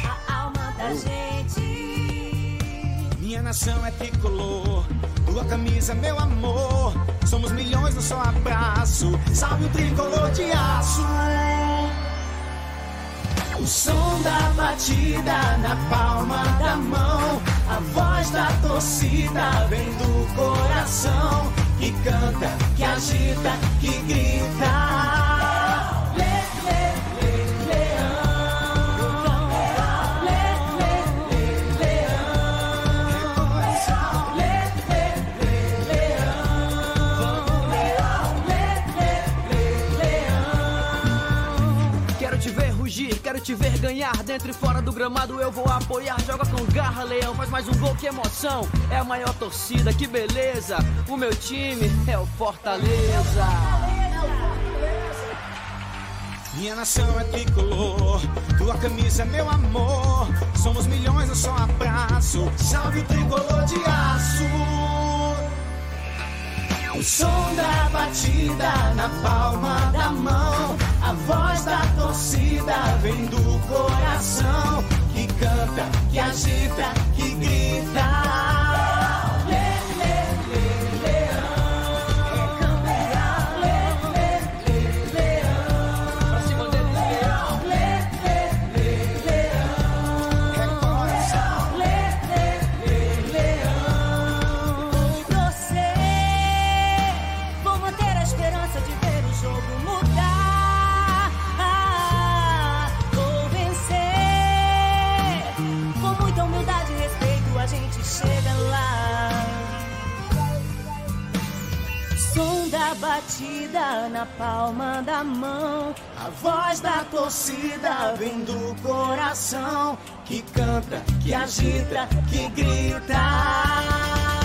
Minha nação é tricolor, tua camisa, meu amor. Somos milhões no só abraço. Salve o tricolor de aço. O som da batida na palma da mão. A voz da torcida vem do coração. Que canta, que agita, que grita. Quero te ver ganhar, dentro e fora do gramado eu vou apoiar. Joga com garra, Leão, faz mais um gol, que emoção. É a maior torcida, que beleza. O meu time é o Fortaleza. Minha nação é tricolor, tua camisa, meu amor. Somos milhões no só abraço. Salve o tricolor de aço. O som da batida na palma da mão. A voz da torcida vem do coração. Que canta, que agita, que grita. Batida na palma da mão. A voz da torcida vem do coração. Que canta, que agita, que grita.